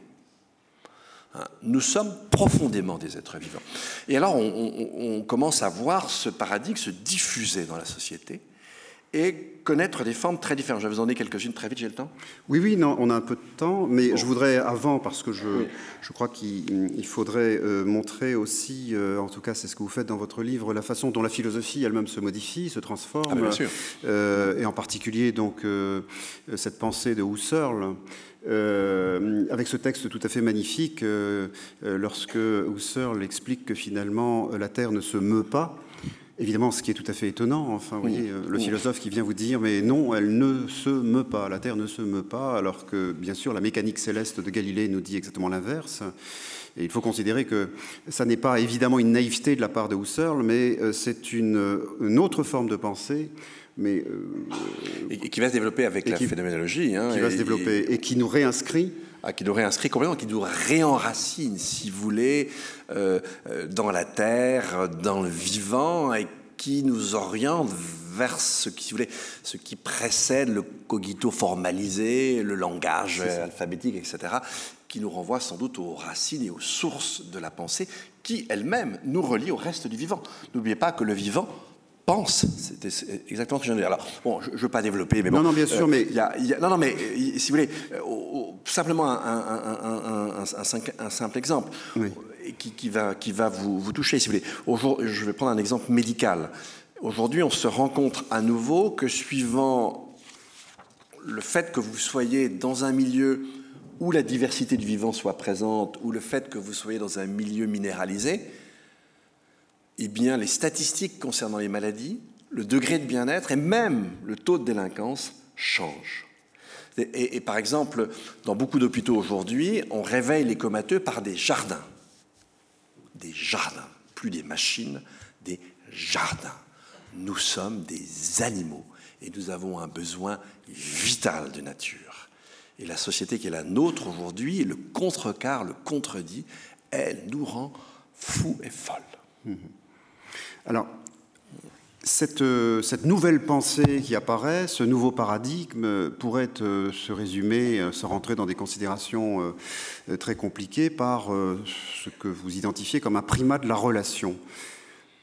Nous sommes profondément des êtres vivants. Et alors on commence à voir ce paradigme se diffuser dans la société et connaître des formes très différentes. Je vais vous en donner quelques-unes très vite, j'ai le temps ? Oui, non, on a un peu de temps, mais bon. Je voudrais, avant, parce que je crois qu'il faudrait montrer aussi, en tout cas c'est ce que vous faites dans votre livre, la façon dont la philosophie elle-même se modifie, se transforme, bien sûr. Et en particulier donc cette pensée de Husserl, avec ce texte tout à fait magnifique, lorsque Husserl explique que finalement la Terre ne se meut pas. Évidemment, ce qui est tout à fait étonnant, enfin, vous voyez, le philosophe qui vient vous dire, mais non, elle ne se meut pas, la Terre ne se meut pas, alors que, bien sûr, la mécanique céleste de Galilée nous dit exactement l'inverse. Et il faut considérer que ça n'est pas évidemment une naïveté de la part de Husserl, mais c'est une autre forme de pensée, mais et qui va se développer avec la phénoménologie. Qui va se développer et qui nous réinscrit. Qui nous réinscrit complètement, qui nous réenracine, si vous voulez, dans la terre, dans le vivant, et qui nous oriente vers ce qui précède le cogito formalisé, le langage alphabétique, etc., qui nous renvoie sans doute aux racines et aux sources de la pensée, qui elle-même nous relie au reste du vivant. N'oubliez pas que le vivant pense, c'est exactement ce que je viens de dire. Alors, bon, je ne veux pas développer, mais bon. Non, bien sûr, mais non, mais si vous voulez, simplement un simple exemple qui va vous toucher, si vous voulez. Aujourd'hui, je vais prendre un exemple médical. Aujourd'hui, on se rend compte à nouveau que suivant le fait que vous soyez dans un milieu où la diversité du vivant soit présente, ou le fait que vous soyez dans un milieu minéralisé, eh bien, les statistiques concernant les maladies, le degré de bien-être et même le taux de délinquance changent. Et par exemple, dans beaucoup d'hôpitaux aujourd'hui, on réveille les comateux par des jardins. Des jardins, plus des machines, des jardins. Nous sommes des animaux et nous avons un besoin vital de nature. Et la société qui est la nôtre aujourd'hui, le contrecarre, le contredit, elle nous rend fous et folles. Alors, cette nouvelle pensée qui apparaît, ce nouveau paradigme pourrait se résumer, se rentrer dans des considérations très compliquées par ce que vous identifiez comme un primat de la relation.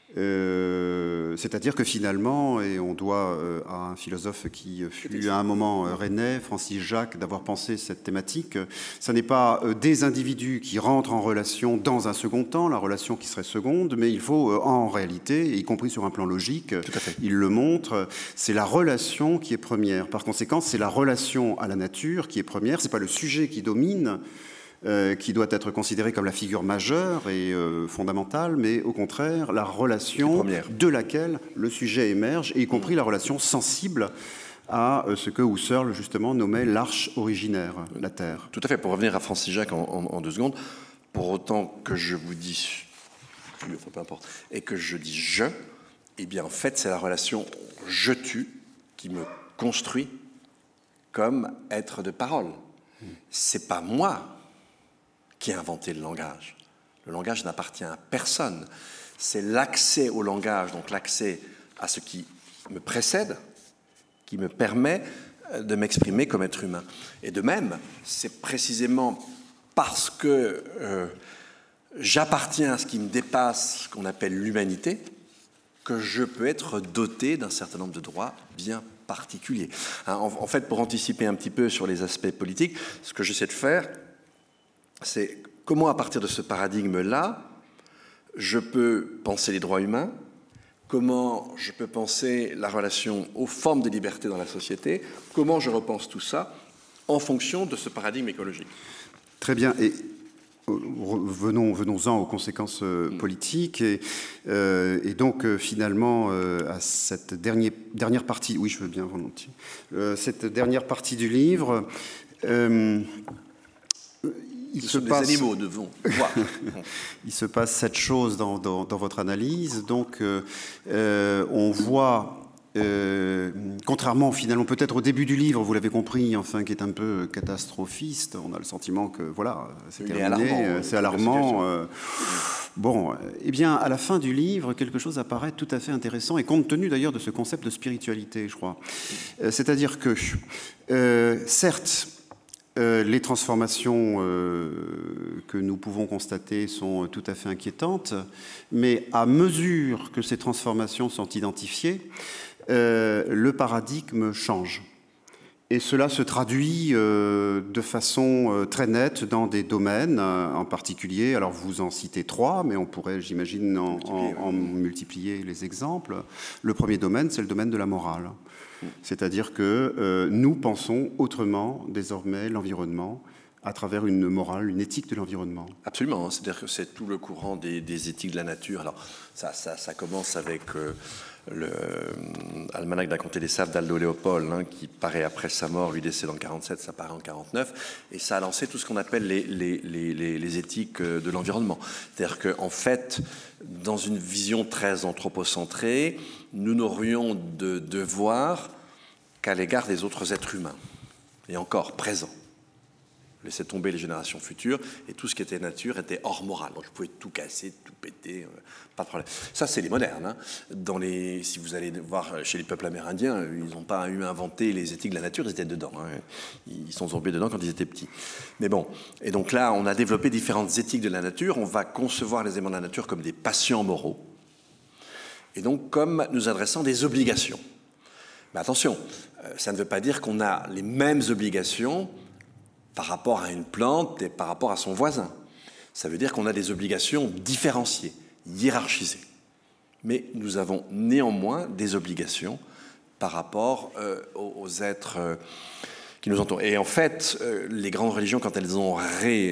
C'est-à-dire que finalement, et on doit à un philosophe qui fut à un moment rennais, Francis Jacques, d'avoir pensé cette thématique, ça n'est pas des individus qui rentrent en relation dans un second temps, la relation qui serait seconde, mais il faut en réalité, y compris sur un plan logique, il le montre, c'est la relation qui est première. Par conséquent, c'est la relation à la nature qui est première, c'est pas le sujet qui domine, qui doit être considérée comme la figure majeure et fondamentale, mais au contraire, la relation de laquelle le sujet émerge, et y compris la relation sensible à ce que Husserl, justement, nommait l'arche originaire, la Terre. Tout à fait. Pour revenir à Francis Jacques en 2 secondes, pour autant que je vous dise tu, enfin, peu importe, et que je dis je, eh bien, en fait, c'est la relation je-tu qui me construit comme être de parole. C'est pas moi qui a inventé le langage. Le langage n'appartient à personne. C'est l'accès au langage, donc l'accès à ce qui me précède, qui me permet de m'exprimer comme être humain. Et de même, c'est précisément parce que j'appartiens à ce qui me dépasse, ce qu'on appelle l'humanité, que je peux être doté d'un certain nombre de droits bien particuliers. En fait, pour anticiper un petit peu sur les aspects politiques, ce que j'essaie de faire, c'est comment, à partir de ce paradigme-là, je peux penser les droits humains, comment je peux penser la relation aux formes de liberté dans la société, comment je repense tout ça en fonction de ce paradigme écologique. Très bien. Et venons-en aux conséquences politiques. Et donc, finalement, à cette dernière partie, oui, je veux bien volontiers, cette dernière partie du livre... Il se passe cette chose dans votre analyse. Donc, on voit, contrairement finalement peut-être au début du livre, vous l'avez compris, enfin, qui est un peu catastrophiste, on a le sentiment que voilà, c'est terminé, c'est alarmant. Bon, eh bien, à la fin du livre, quelque chose apparaît tout à fait intéressant, et compte tenu d'ailleurs de ce concept de spiritualité, je crois. C'est-à-dire que, certes, les transformations que nous pouvons constater sont tout à fait inquiétantes, mais à mesure que ces transformations sont identifiées, le paradigme change. Et cela se traduit de façon très nette dans des domaines en particulier. Alors vous en citez 3, mais on pourrait, j'imagine, en multiplier les exemples. Le premier domaine, c'est le domaine de la morale. C'est-à-dire que nous pensons autrement désormais l'environnement à travers une morale, une éthique de l'environnement. Absolument, c'est-à-dire que c'est tout le courant des éthiques de la nature. Alors ça commence avec l'Almanach d'un Comté des Sables d'Aldo Léopold, qui paraît après sa mort, lui décède en 47, ça paraît en 49, et ça a lancé tout ce qu'on appelle les éthiques de l'environnement. C'est-à-dire qu'en fait, dans une vision très anthropocentrée, nous n'aurions de devoir qu'à l'égard des autres êtres humains, et encore présents. Laisser tomber les générations futures, et tout ce qui était nature était hors morale. Donc je pouvais tout casser, tout péter, pas de problème. Ça, c'est les modernes. Si vous allez voir chez les peuples amérindiens, ils n'ont pas inventé les éthiques de la nature, ils étaient dedans. Ils sont tombés dedans quand ils étaient petits. Mais bon, et donc là, on a développé différentes éthiques de la nature. On va concevoir les éléments de la nature comme des patients moraux, et donc comme nous adressant des obligations. Mais attention, ça ne veut pas dire qu'on a les mêmes obligations par rapport à une plante et par rapport à son voisin. Ça veut dire qu'on a des obligations différenciées, hiérarchisées. Mais nous avons néanmoins des obligations par rapport aux êtres qui nous entourent. Et en fait, les grandes religions, quand elles ont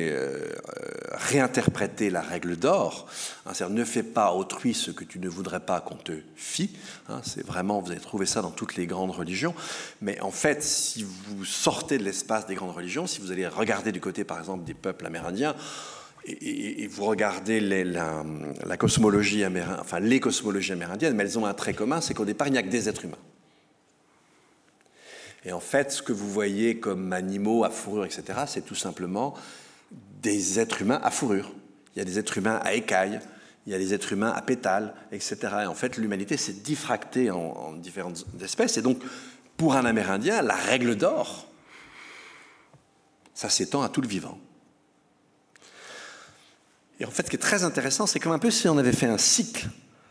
réinterprété la règle d'or, c'est-à-dire ne fais pas à autrui ce que tu ne voudrais pas qu'on te fît, c'est vraiment, vous allez trouver ça dans toutes les grandes religions, mais en fait, si vous sortez de l'espace des grandes religions, si vous allez regarder du côté, par exemple, des peuples amérindiens, et vous regardez la cosmologie amérindienne, enfin les cosmologies amérindiennes, mais elles ont un trait commun, c'est qu'au départ, il n'y a que des êtres humains. Et en fait, ce que vous voyez comme animaux à fourrure, etc., c'est tout simplement des êtres humains à fourrure. Il y a des êtres humains à écailles, il y a des êtres humains à pétales, etc. Et en fait, l'humanité s'est diffractée en différentes espèces. Et donc, pour un Amérindien, la règle d'or, ça s'étend à tout le vivant. Et en fait, ce qui est très intéressant, c'est comme un peu si on avait fait un cycle.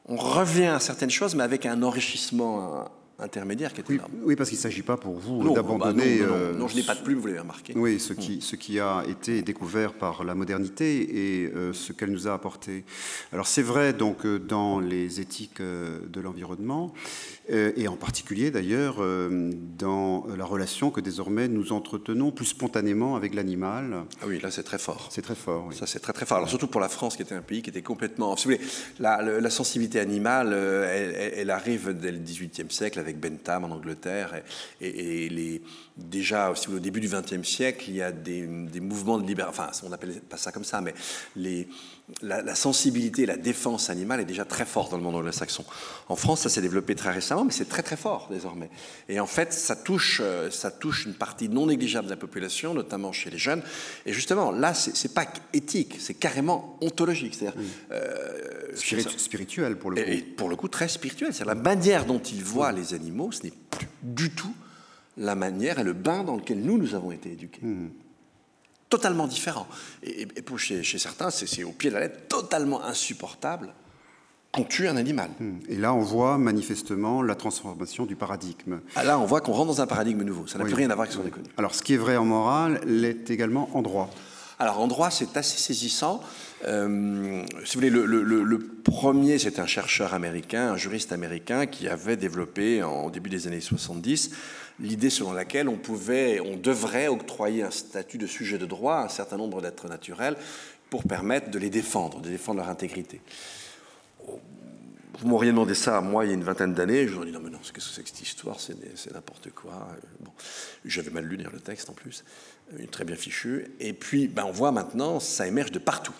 on revient à certaines choses, mais avec un enrichissement intermédiaire qui est énorme. Oui, parce qu'il ne s'agit pas pour vous d'abandonner... non, je n'ai pas de plume, vous l'avez remarqué. Oui, ce qui a été découvert par la modernité et ce qu'elle nous a apporté. Alors c'est vrai donc dans les éthiques de l'environnement, et en particulier d'ailleurs dans la relation que désormais nous entretenons plus spontanément avec l'animal. Ah oui, là c'est très fort. C'est très fort, oui. Ça c'est très très fort. Alors surtout pour la France qui était un pays qui était complètement... Si vous voulez, la sensibilité animale, elle arrive dès le XVIIIe siècle avec Bentham en Angleterre et déjà aussi au début du XXe siècle, il y a des mouvements de libération, enfin on n'appelle pas ça comme ça, mais la sensibilité, la défense animale est déjà très forte dans le monde anglo-saxon. En France, ça s'est développé très récemment, mais c'est très très fort désormais. Et en fait, ça touche une partie non négligeable de la population, notamment chez les jeunes. Et justement, là, c'est pas éthique, c'est carrément ontologique, c'est-à-dire spirituel pour le coup. Et pour le coup, très spirituel. C'est-à-dire la manière dont ils voient les animaux, ce n'est plus du tout la manière et le bain dans lequel nous avons été éduqués. Totalement différent. Et pour chez certains, c'est au pied de la lettre totalement insupportable qu'on tue un animal. Et là, on voit manifestement la transformation du paradigme. Ah, là, on voit qu'on rentre dans un paradigme nouveau. Ça n'a plus rien à voir avec ce qu'on a connu. Alors, ce qui est vrai en morale l'est également en droit. Alors, en droit, c'est assez saisissant. Si vous voulez, le premier, c'est un chercheur américain, un juriste américain qui avait développé, au début des années 70, l'idée selon laquelle on devrait octroyer un statut de sujet de droit à un certain nombre d'êtres naturels pour permettre de les défendre, leur intégrité. Vous m'auriez demandé ça à moi il y a une vingtaine d'années, je vous aurais dit non mais non, qu'est-ce que c'est que cette histoire, c'est n'importe quoi. Bon, j'avais mal lu d'ailleurs le texte en plus, très bien fichu. Et puis on voit maintenant, ça émerge de partout.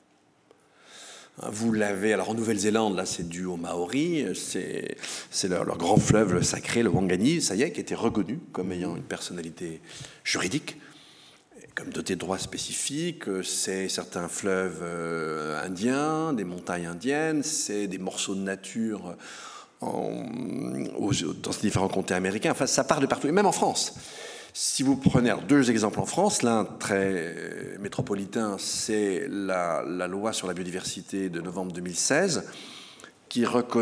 Vous l'avez, alors en Nouvelle-Zélande, là c'est dû aux Maoris, c'est leur grand fleuve sacré, le Wangani, ça y est, qui a été reconnu comme ayant une personnalité juridique, comme doté de droits spécifiques. C'est certains fleuves indiens, des montagnes indiennes, c'est des morceaux de nature dans ces différents comtés américains, enfin ça part de partout, et même en France. Si vous prenez deux exemples en France, l'un très métropolitain, c'est la loi sur la biodiversité de novembre 2016, qui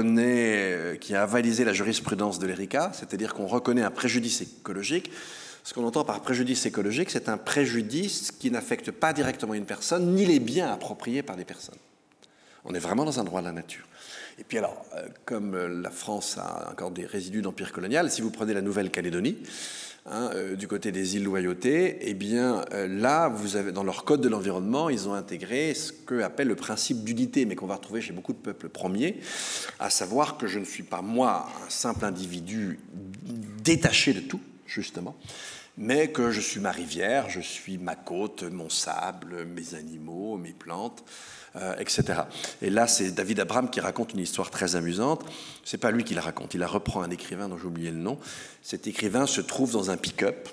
a avalisé la jurisprudence de l'ERICA, c'est-à-dire qu'on reconnaît un préjudice écologique. Ce qu'on entend par préjudice écologique, c'est un préjudice qui n'affecte pas directement une personne, ni les biens appropriés par des personnes. On est vraiment dans un droit de la nature. Et puis alors, comme la France a encore des résidus d'empire colonial, si vous prenez la Nouvelle-Calédonie, du côté des îles Loyauté, eh bien là, vous avez dans leur code de l'environnement, ils ont intégré ce qu'eux appellent le principe d'unité, mais qu'on va retrouver chez beaucoup de peuples premiers, à savoir que je ne suis pas moi un simple individu détaché de tout, justement, mais que je suis ma rivière, je suis ma côte, mon sable, mes animaux, mes plantes, etc. Et là, c'est David Abram qui raconte une histoire très amusante. C'est pas lui qui la raconte, il la reprend un écrivain dont j'ai oublié le nom. Cet écrivain se trouve dans un pick-up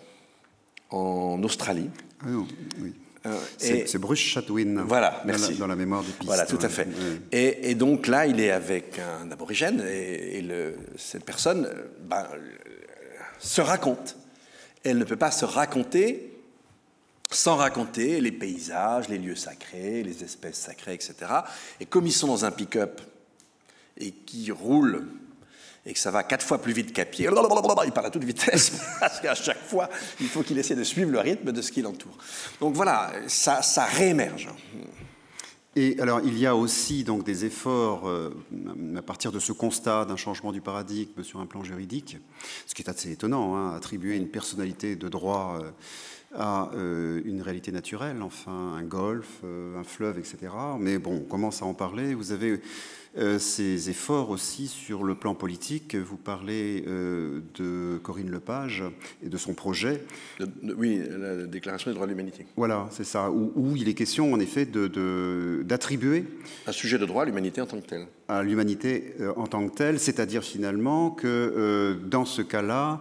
en Australie. Oui. C'est Bruce Chatwin. Voilà, merci. Dans la mémoire des pistes. Voilà, tout à fait. Oui. Et donc là, il est avec un aborigène et cette personne se raconte. Elle ne peut pas se raconter sans raconter les paysages, les lieux sacrés, les espèces sacrées, etc. Et comme ils sont dans un pick-up et qui roulent et que ça va 4 fois plus vite qu'à pied, il parle à toute vitesse parce qu'à chaque fois, il faut qu'il essaie de suivre le rythme de ce qui l'entoure. Donc voilà, ça réémerge. Et alors, il y a aussi donc des efforts à partir de ce constat d'un changement du paradigme sur un plan juridique, ce qui est assez étonnant, attribuer une personnalité de droit à une réalité naturelle, enfin un golfe, un fleuve, etc. Mais bon, on commence à en parler. Vous avez ces efforts aussi sur le plan politique. Vous parlez de Corinne Lepage et de son projet. Oui, la Déclaration des droits de l'humanité. Voilà, c'est ça, où il est question en effet d'attribuer un sujet de droit à l'humanité en tant que tel. À l'humanité en tant que telle, c'est-à-dire finalement que dans ce cas-là,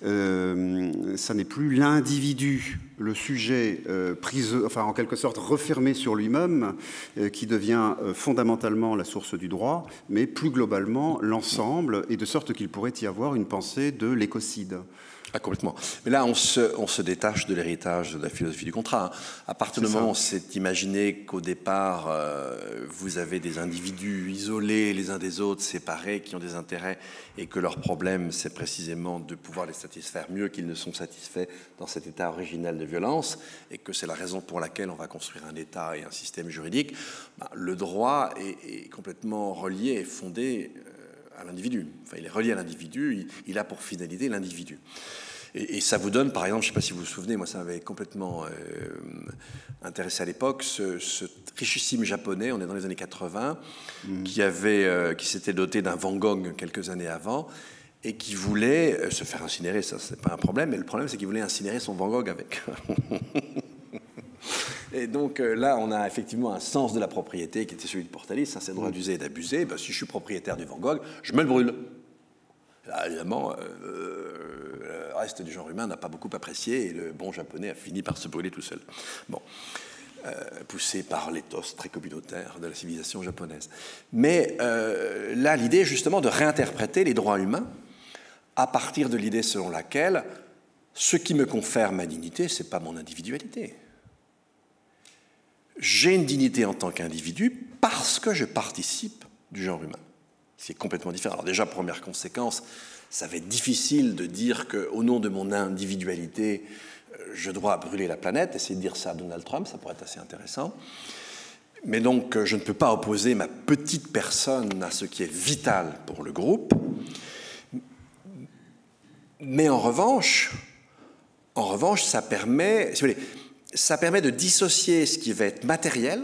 ça n'est plus l'individu, le sujet en quelque sorte refermé sur lui-même, qui devient fondamentalement la source du droit, mais plus globalement l'ensemble, et de sorte qu'il pourrait y avoir une pensée de l'écocide. Ah, complètement. Mais là, on se détache de l'héritage de la philosophie du contrat. À partir du moment où on s'est imaginé qu'au départ, vous avez des individus isolés les uns des autres, séparés, qui ont des intérêts, et que leur problème, c'est précisément de pouvoir les satisfaire mieux qu'ils ne sont satisfaits dans cet état originel de violence, et que c'est la raison pour laquelle on va construire un État et un système juridique, le droit est complètement relié et fondé à l'individu. Enfin, il est relié à l'individu, il a pour finalité l'individu. Et ça vous donne, par exemple, je ne sais pas si vous vous souvenez, moi ça m'avait complètement intéressé à l'époque, ce richissime japonais, on est dans les années 80, qui s'était doté d'un Van Gogh quelques années avant, et qui voulait se faire incinérer, ça c'est pas un problème, mais le problème c'est qu'il voulait incinérer son Van Gogh avec. Et donc là, on a effectivement un sens de la propriété qui était celui de Portalis, c'est le droit d'user et d'abuser. Ben, si je suis propriétaire du Van Gogh, je me le brûle. Là, évidemment, le reste du genre humain n'a pas beaucoup apprécié et le bon japonais a fini par se brûler tout seul. Bon, poussé par l'éthos très communautaire de la civilisation japonaise. Mais là, l'idée est justement de réinterpréter les droits humains à partir de l'idée selon laquelle ce qui me confère ma dignité, c'est pas mon individualité. J'ai une dignité en tant qu'individu parce que je participe du genre humain. C'est complètement différent. Alors déjà, première conséquence, ça va être difficile de dire qu'au nom de mon individualité, je dois brûler la planète. Essayer de dire ça à Donald Trump, ça pourrait être assez intéressant. Mais donc, je ne peux pas opposer ma petite personne à ce qui est vital pour le groupe. Mais en revanche, ça permet, si vous voulez, ça permet de dissocier ce qui va être matériel.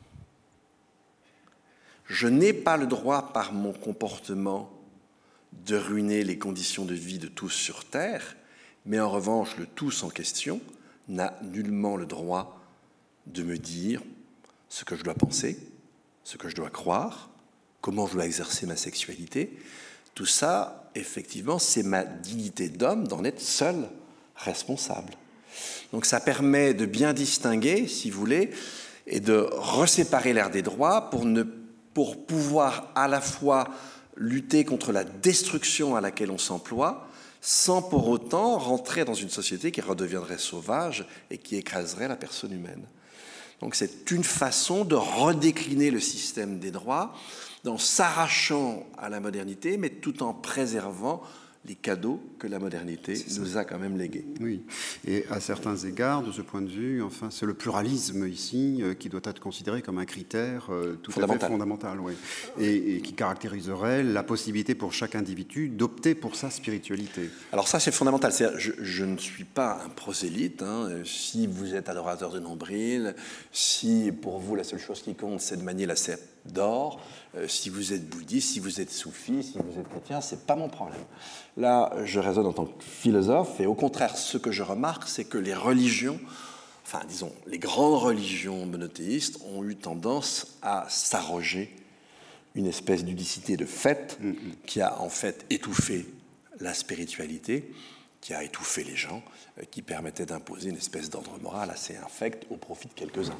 Je n'ai pas le droit, par mon comportement, de ruiner les conditions de vie de tous sur Terre, mais en revanche, le tous en question n'a nullement le droit de me dire ce que je dois penser, ce que je dois croire, comment je dois exercer ma sexualité. Tout ça, effectivement, c'est ma dignité d'homme d'en être seul responsable. Donc ça permet de bien distinguer, si vous voulez, et de reséparer l'ère des droits pour pouvoir à la fois lutter contre la destruction à laquelle on s'emploie, sans pour autant rentrer dans une société qui redeviendrait sauvage et qui écraserait la personne humaine. Donc c'est une façon de redécliner le système des droits, en s'arrachant à la modernité, mais tout en préservant les cadeaux que la modernité nous a quand même légués. Oui, et à certains égards, de ce point de vue, enfin, c'est le pluralisme ici qui doit être considéré comme un critère tout à fait fondamental, oui, et qui caractériserait la possibilité pour chaque individu d'opter pour sa spiritualité. Alors ça, c'est fondamental. Je ne suis pas un prosélyte. Si vous êtes adorateur de nombril, si pour vous la seule chose qui compte, c'est de manier la cèpe d'or, si vous êtes bouddhiste, si vous êtes soufi, si vous êtes chrétien, c'est pas mon problème. Là, je raisonne en tant que philosophe, et au contraire, ce que je remarque, c'est que les religions, enfin, disons, les grandes religions monothéistes ont eu tendance à s'arroger une espèce d'udicité de fait qui a en fait étouffé la spiritualité, qui a étouffé les gens, qui permettait d'imposer une espèce d'ordre moral assez infect au profit de quelques-uns.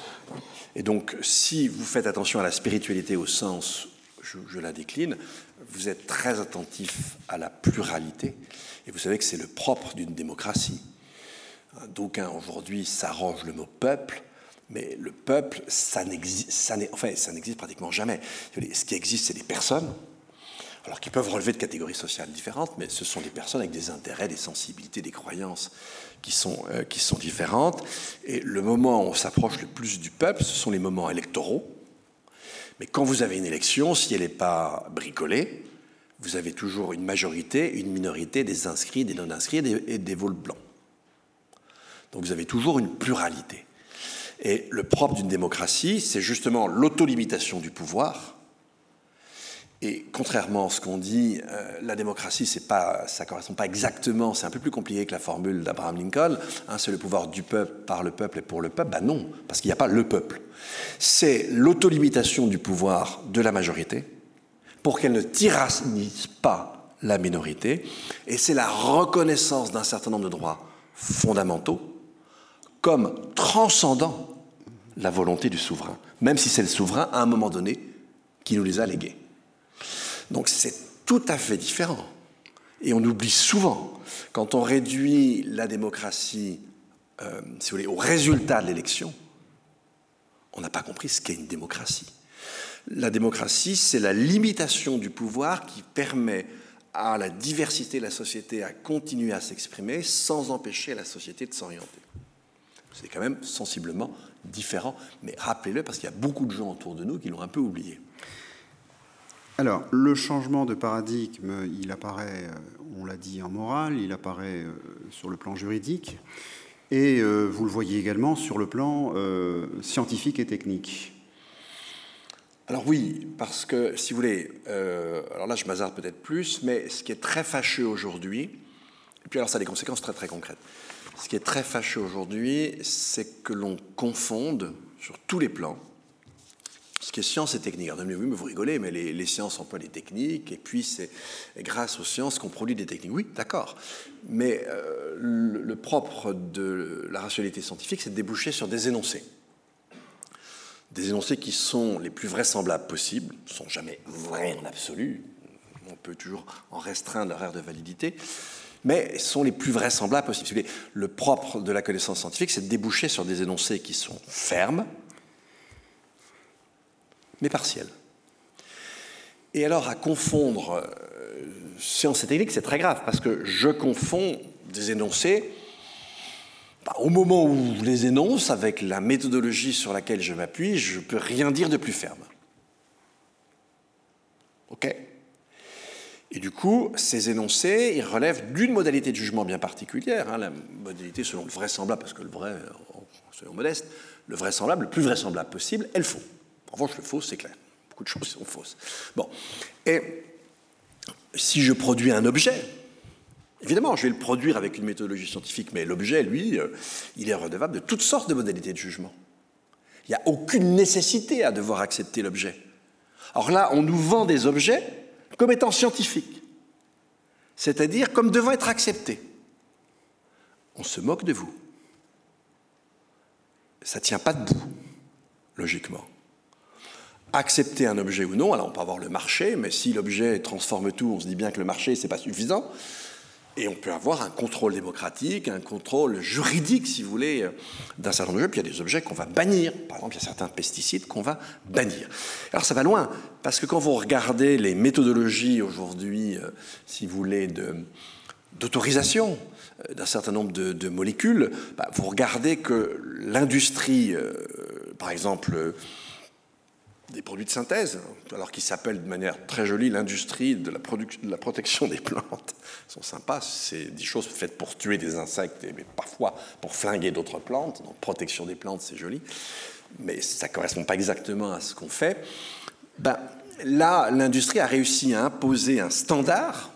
Et donc, si vous faites attention à la spiritualité au sens, je la décline, vous êtes très attentif à la pluralité, et vous savez que c'est le propre d'une démocratie. D'aucuns aujourd'hui s'arrogent le mot peuple, mais le peuple, ça n'existe pratiquement jamais. Ce qui existe, c'est des personnes, alors qui peuvent relever de catégories sociales différentes, mais ce sont des personnes avec des intérêts, des sensibilités, des croyances qui sont différentes. Et le moment où on s'approche le plus du peuple, ce sont les moments électoraux. Mais quand vous avez une élection, si elle n'est pas bricolée, vous avez toujours une majorité, une minorité, des inscrits, des non-inscrits et des votes blancs. Donc vous avez toujours une pluralité. Et le propre d'une démocratie, c'est justement l'autolimitation du pouvoir. Et contrairement à ce qu'on dit, la démocratie, ça ne correspond pas exactement, c'est un peu plus compliqué que la formule d'Abraham Lincoln, c'est le pouvoir du peuple, par le peuple et pour le peuple. Ben non, parce qu'il n'y a pas le peuple. C'est l'autolimitation du pouvoir de la majorité pour qu'elle ne tyrannise pas la minorité, et c'est la reconnaissance d'un certain nombre de droits fondamentaux comme transcendant la volonté du souverain, même si c'est le souverain, à un moment donné, qui nous les a légués. Donc c'est tout à fait différent. Et on oublie souvent, quand on réduit la démocratie, si vous voulez, au résultat de l'élection, on n'a pas compris ce qu'est une démocratie. La démocratie, c'est la limitation du pouvoir qui permet à la diversité de la société à continuer à s'exprimer sans empêcher la société de s'orienter. C'est quand même sensiblement différent, mais rappelez-le parce qu'il y a beaucoup de gens autour de nous qui l'ont un peu oublié. Alors, le changement de paradigme, il apparaît, on l'a dit, en morale, il apparaît sur le plan juridique, et vous le voyez également sur le plan scientifique et technique. Alors oui, parce que, si vous voulez, alors là je m'hasarde peut-être plus, mais ce qui est très fâcheux aujourd'hui, et puis alors ça a des conséquences très très concrètes, ce qui est très fâcheux aujourd'hui, c'est que l'on confonde sur tous les plans ce qui est science et technique. Alors, oui, mais vous rigolez, mais les sciences emploient des techniques, et puis c'est grâce aux sciences qu'on produit des techniques. Oui, d'accord, mais le propre de la rationalité scientifique, c'est de déboucher sur des énoncés. Des énoncés qui sont les plus vraisemblables possibles, ne sont jamais vrais en absolu, on peut toujours en restreindre leur aire de validité, mais sont les plus vraisemblables possibles. Le propre de la connaissance scientifique, c'est de déboucher sur des énoncés qui sont fermes, mais partiels. Et alors, à confondre science et technique, c'est très grave, parce que je confonds des énoncés. Au moment où je les énonce, avec la méthodologie sur laquelle je m'appuie, je ne peux rien dire de plus ferme. OK ? Et du coup, ces énoncés, ils relèvent d'une modalité de jugement bien particulière, la modalité selon le vraisemblable, parce que le vrai, soyons modestes, le vraisemblable, le plus vraisemblable possible, est le faux. En revanche, le faux, c'est clair. Beaucoup de choses sont fausses. Bon. Et si je produis un objet, évidemment, je vais le produire avec une méthodologie scientifique, mais l'objet, lui, il est redevable de toutes sortes de modalités de jugement. Il n'y a aucune nécessité à devoir accepter l'objet. Alors là, on nous vend des objets comme étant scientifiques, c'est-à-dire comme devant être acceptés. On se moque de vous. Ça ne tient pas debout, logiquement. Accepter un objet ou non, alors on peut avoir le marché, mais si l'objet transforme tout, on se dit bien que le marché, ce n'est pas suffisant. Et on peut avoir un contrôle démocratique, un contrôle juridique, si vous voulez, d'un certain nombre d'objets. Puis il y a des objets qu'on va bannir. Par exemple, il y a certains pesticides qu'on va bannir. Alors ça va loin, parce que quand vous regardez les méthodologies aujourd'hui, si vous voulez, d'autorisation d'un certain nombre de molécules, vous regardez que l'industrie, par exemple, des produits de synthèse, alors qu'ils s'appellent de manière très jolie l'industrie de la protection des plantes. Ils sont sympas, c'est des choses faites pour tuer des insectes, mais parfois pour flinguer d'autres plantes. Donc protection des plantes, c'est joli, mais ça ne correspond pas exactement à ce qu'on fait. Là, l'industrie a réussi à imposer un standard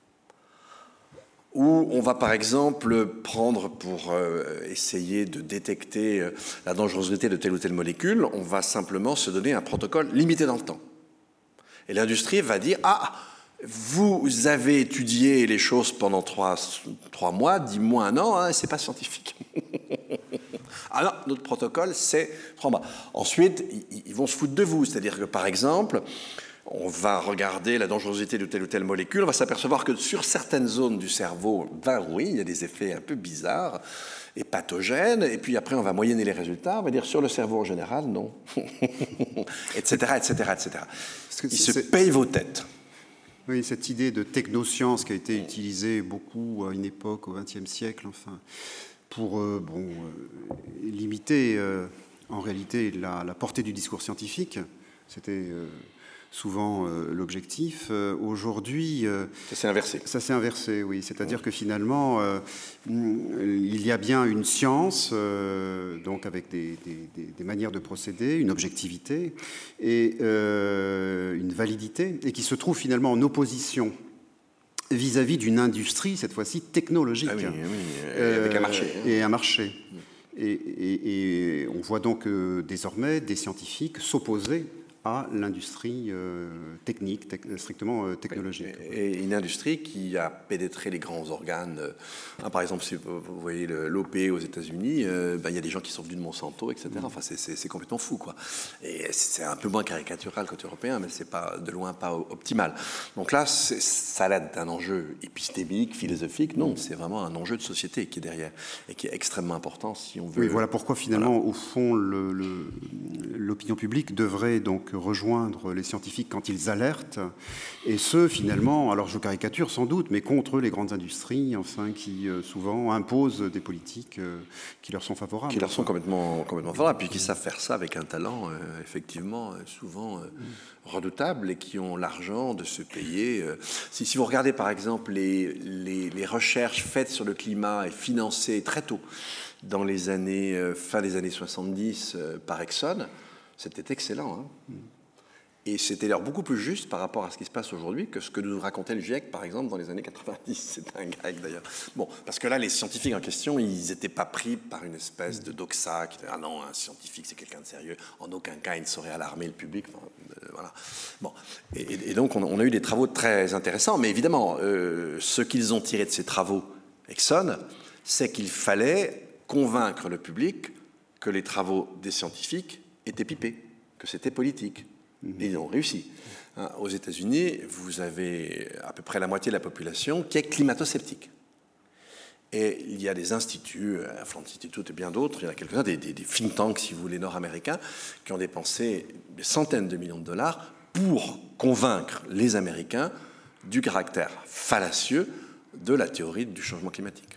où on va par exemple prendre pour essayer de détecter la dangerosité de telle ou telle molécule, on va simplement se donner un protocole limité dans le temps. Et l'industrie va dire « Ah, vous avez étudié les choses pendant 3 mois, 10 mois, 1 an, hein, c'est pas scientifique. » Ah non, notre protocole, c'est 3 mois. Ensuite, ils vont se foutre de vous, c'est-à-dire que par exemple, on va regarder la dangerosité de telle ou telle molécule, on va s'apercevoir que sur certaines zones du cerveau, oui, il y a des effets un peu bizarres et pathogènes, et puis après on va moyenner les résultats, on va dire sur le cerveau en général, non, etc., etc., etc. Ils se payent vos têtes. Oui, cette idée de technoscience qui a été utilisée beaucoup à une époque, au XXe siècle, enfin, pour limiter en réalité la portée du discours scientifique, c'était souvent l'objectif. Aujourd'hui... ça s'est inversé. Ça s'est inversé, oui. C'est-à-dire que finalement, il y a bien une science, donc avec des manières de procéder, une objectivité et une validité, et qui se trouve finalement en opposition vis-à-vis d'une industrie, cette fois-ci technologique. Ah oui, oui. Avec un marché. Et un marché. Et on voit donc désormais des scientifiques s'opposer à l'industrie technique, strictement technologique. Et une industrie qui a pénétré les grands organes. Par exemple, si vous voyez l'OP aux États-Unis, il y a des gens qui sont venus de Monsanto, etc. Enfin, c'est complètement fou, quoi. Et c'est un peu moins caricatural côté européen, mais c'est pas de loin pas optimal. Donc là, ça a l'air d'un enjeu épistémique, philosophique. Non, c'est vraiment un enjeu de société qui est derrière et qui est extrêmement important si on veut. Oui, voilà pourquoi finalement, au fond, l'opinion publique devrait donc rejoindre les scientifiques quand ils alertent, et ce, finalement, alors je caricature sans doute, mais contre les grandes industries, enfin, qui souvent imposent des politiques qui leur sont favorables. Qui leur sont complètement favorables, puis qui savent faire ça avec un talent, effectivement, souvent redoutable, et qui ont l'argent de se payer. Si vous regardez, par exemple, les recherches faites sur le climat et financées très tôt, dans les années, fin des années 70, par Exxon, c'était excellent. Hein. Et c'était d'ailleurs beaucoup plus juste par rapport à ce qui se passe aujourd'hui que ce que nous racontait le GIEC, par exemple, dans les années 90. C'est un gag, d'ailleurs. Bon, parce que là, les scientifiques en question, ils n'étaient pas pris par une espèce de doxa qui disait « Ah non, un scientifique, c'est quelqu'un de sérieux. En aucun cas, il ne saurait alarmer le public. » Enfin, voilà. Bon. Et donc, on a eu des travaux très intéressants. Mais évidemment, ce qu'ils ont tiré de ces travaux, Exxon, c'est qu'il fallait convaincre le public que les travaux des scientifiques étaient pipés, que c'était politique. Et ils ont réussi. Aux États-Unis, vous avez à peu près la moitié de la population qui est climato-sceptique. Et il y a des instituts, Atlantic Institute et bien d'autres, il y en a quelques-uns, des think tanks, si vous voulez, nord-américains, qui ont dépensé des centaines de millions de dollars pour convaincre les Américains du caractère fallacieux de la théorie du changement climatique.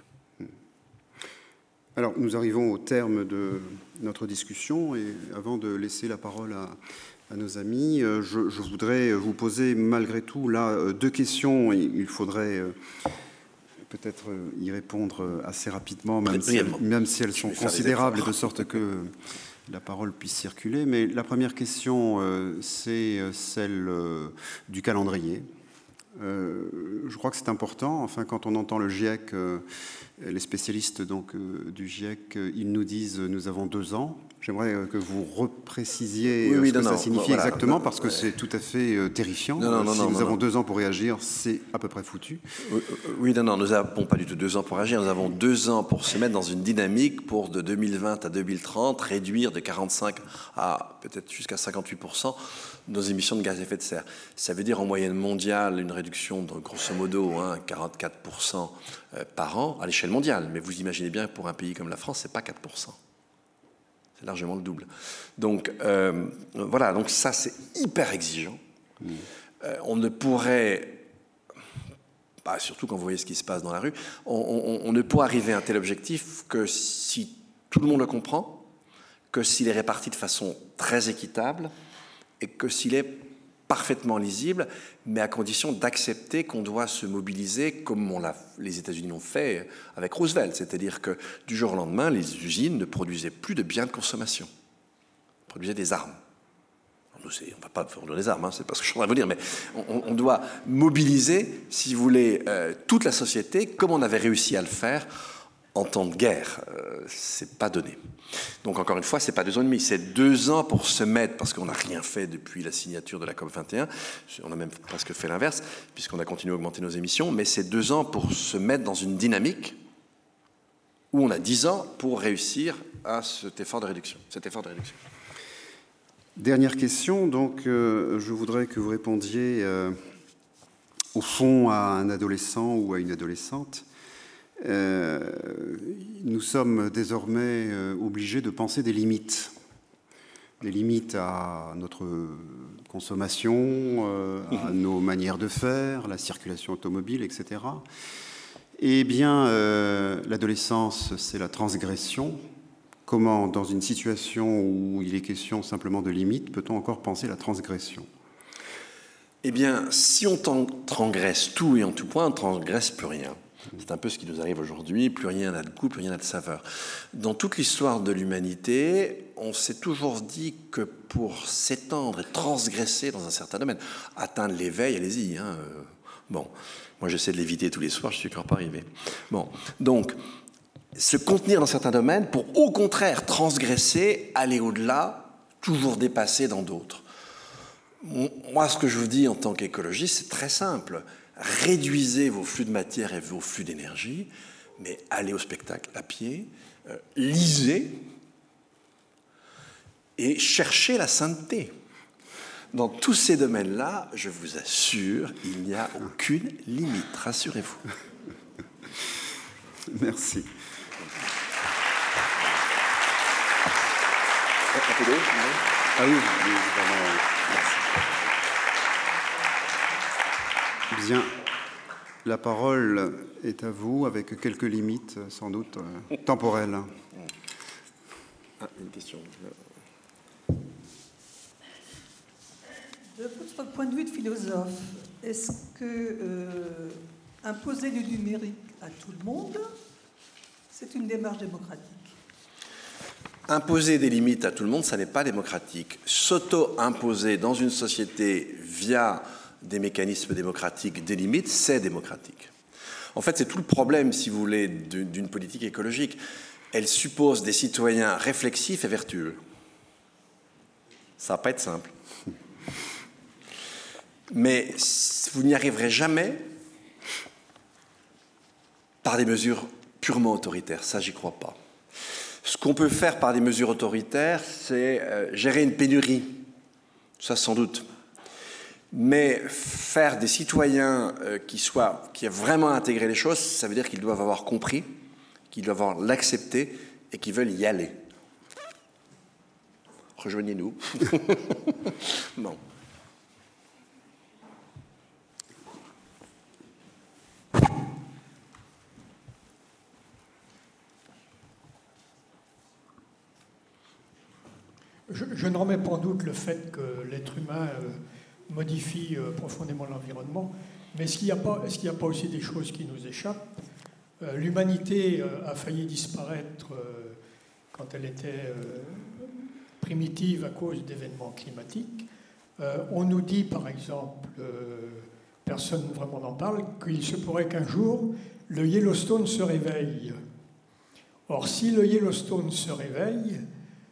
Alors, nous arrivons au terme de notre discussion, et avant de laisser la parole à nos amis, je voudrais vous poser malgré tout là 2 questions, et il faudrait peut-être y répondre assez rapidement, même si elles sont considérables, de sorte que la parole puisse circuler. Mais la première question, c'est celle du calendrier. Je crois que c'est important. Enfin, quand on entend le GIEC, les spécialistes donc, du GIEC, ils nous disent nous avons 2 ans. J'aimerais que vous reprécisiez ce que ça signifie exactement, parce que c'est tout à fait terrifiant. Si nous avons 2 ans pour réagir, c'est à peu près foutu. Oui, nous n'avons pas du tout 2 ans pour réagir. Nous avons 2 ans pour se mettre dans une dynamique pour, de 2020 à 2030, réduire de 45 à peut-être jusqu'à 58% nos émissions de gaz à effet de serre. Ça veut dire en moyenne mondiale une réduction de grosso modo 44% par an à l'échelle mondiale. Mais vous imaginez bien que pour un pays comme la France, c'est pas 4%. C'est largement le double. Donc voilà, donc ça c'est hyper exigeant. On ne pourrait, surtout quand vous voyez ce qui se passe dans la rue, on ne peut arriver à un tel objectif que si tout le monde le comprend, que s'il est réparti de façon très équitable et que s'il est parfaitement lisible, mais à condition d'accepter qu'on doit se mobiliser comme les États-Unis l'ont fait avec Roosevelt. C'est-à-dire que du jour au lendemain, les usines ne produisaient plus de biens de consommation. Elles produisaient des armes. On ne va pas fournir des armes, c'est pas ce que je suis en train de vous dire, mais on doit mobiliser, si vous voulez, toute la société, comme on avait réussi à le faire en temps de guerre. C'est pas donné. Donc encore une fois, c'est pas 2 ans et demi, c'est 2 ans pour se mettre, parce qu'on n'a rien fait depuis la signature de la COP21, on a même presque fait l'inverse, puisqu'on a continué à augmenter nos émissions, mais c'est 2 ans pour se mettre dans une dynamique où on a 10 ans pour réussir à cet effort de réduction. Dernière question, donc je voudrais que vous répondiez au fond à un adolescent ou à une adolescente. Nous sommes désormais obligés de penser des limites à notre consommation, à nos manières de faire, la circulation automobile, etc. Eh bien, l'adolescence, c'est la transgression. Comment, dans une situation où il est question simplement de limites, peut-on encore penser la transgression ? Eh bien, si on transgresse tout et en tout point, on ne transgresse plus rien. C'est un peu ce qui nous arrive aujourd'hui, plus rien n'a de goût, plus rien n'a de saveur. Dans toute l'histoire de l'humanité, on s'est toujours dit que pour s'étendre et transgresser dans un certain domaine, atteindre l'éveil, allez-y. Bon, moi j'essaie de l'éviter tous les soirs, je ne suis encore pas arrivé. Bon, donc, se contenir dans certains domaines pour au contraire transgresser, aller au-delà, toujours dépasser dans d'autres. Moi, ce que je vous dis en tant qu'écologiste, c'est très simple. Réduisez vos flux de matière et vos flux d'énergie, mais allez au spectacle à pied, lisez et cherchez la sainteté. Dans tous ces domaines-là, je vous assure, il n'y a aucune limite, rassurez-vous. Merci. Ah oui, vraiment, merci. Bien. La parole est à vous, avec quelques limites, sans doute, temporelles. Une question. De votre point de vue de philosophe, est-ce que imposer du numérique à tout le monde, c'est une démarche démocratique? Imposer des limites à tout le monde, ça n'est pas démocratique. S'auto-imposer dans une société via des mécanismes démocratiques des limites, c'est démocratique. En fait, c'est tout le problème, si vous voulez, d'une politique écologique. Elle suppose des citoyens réflexifs et vertueux. Ça va pas être simple. Mais vous n'y arriverez jamais par des mesures purement autoritaires. Ça, j'y crois pas. Ce qu'on peut faire par des mesures autoritaires, c'est gérer une pénurie. Ça, sans doute. Mais faire des citoyens qui aient vraiment intégré les choses, ça veut dire qu'ils doivent avoir compris, qu'ils doivent avoir l'accepter et qu'ils veulent y aller. Rejoignez-nous. Bon. Je ne remets pas en doute le fait que l'être humain modifie profondément l'environnement, mais est-ce qu'il n'y a pas aussi des choses qui nous échappent? L'humanité a failli disparaître quand elle était primitive à cause d'événements climatiques. On nous dit, par exemple, personne vraiment n'en parle, qu'il se pourrait qu'un jour, le Yellowstone se réveille. Or, si le Yellowstone se réveille,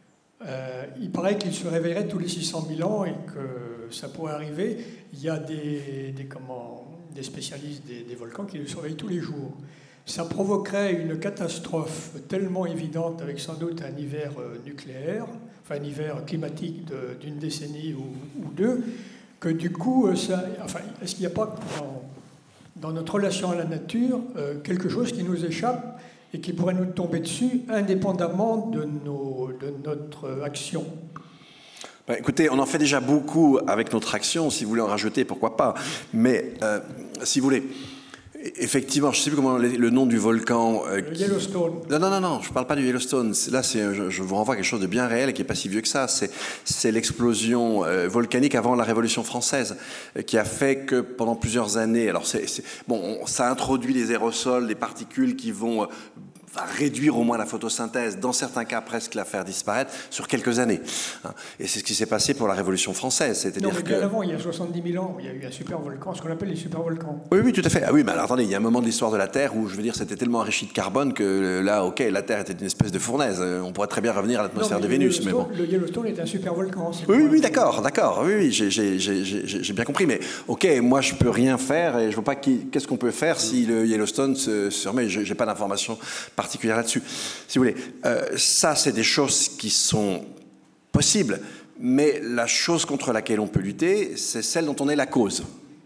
il paraît qu'il se réveillerait tous les 600 000 ans et que ça pourrait arriver. Il y a des spécialistes des volcans qui le surveillent tous les jours. Ça provoquerait une catastrophe tellement évidente, avec sans doute un hiver nucléaire, enfin un hiver climatique d'une décennie ou deux, que du coup, est-ce qu'il n'y a pas dans notre relation à la nature quelque chose qui nous échappe et qui pourrait nous tomber dessus indépendamment de notre action? Écoutez, on en fait déjà beaucoup avec notre action. Si vous voulez en rajouter, pourquoi pas. Mais si vous voulez, effectivement, je ne sais plus comment le nom du volcan. Le Yellowstone. Non, je ne parle pas du Yellowstone. Là, je vous renvoie à quelque chose de bien réel et qui n'est pas si vieux que ça. C'est l'explosion volcanique avant la Révolution française qui a fait que pendant plusieurs années, alors ça introduit les aérosols, les particules qui vont réduire au moins la photosynthèse, dans certains cas presque la faire disparaître sur quelques années. Et c'est ce qui s'est passé pour la Révolution française. Non, mais bien avant, il y a 70 000 ans, il y a eu un supervolcan, ce qu'on appelle les supervolcans. Oui, tout à fait. Ah oui, mais alors attendez, il y a un moment de l'histoire de la Terre où, je veux dire, c'était tellement enrichi de carbone que là, ok, la Terre était une espèce de fournaise. On pourrait très bien revenir à l'atmosphère de Vénus, mais bon. Le Yellowstone est un supervolcan. Oui, d'accord. Oui, j'ai bien compris. Mais ok, moi, je peux rien faire et je vois pas qu'est-ce qu'on peut faire si le Yellowstone se remet. J'ai pas d'informations particulière là-dessus. Si vous voulez, ça, c'est des choses qui sont possibles, mais la chose contre laquelle on peut lutter, c'est celle dont on est la cause.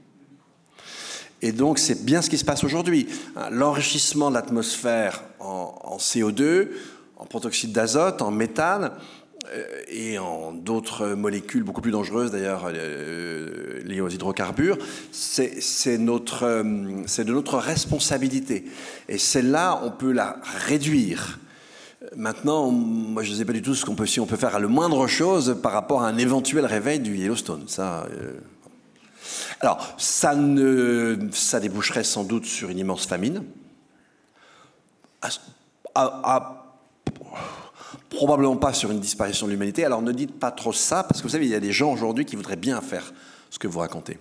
Et donc, c'est bien ce qui se passe aujourd'hui. L'enrichissement de l'atmosphère en CO2, en protoxyde d'azote, en méthane, et en d'autres molécules beaucoup plus dangereuses d'ailleurs liées aux hydrocarbures, c'est de notre responsabilité. Et celle-là, on peut la réduire. Maintenant, moi je ne sais pas du tout si on peut faire le moindre chose par rapport à un éventuel réveil du Yellowstone. Alors, ça déboucherait sans doute sur une immense famine. Probablement pas sur une disparition de l'humanité. Alors ne dites pas trop ça, parce que vous savez, il y a des gens aujourd'hui qui voudraient bien faire ce que vous racontez.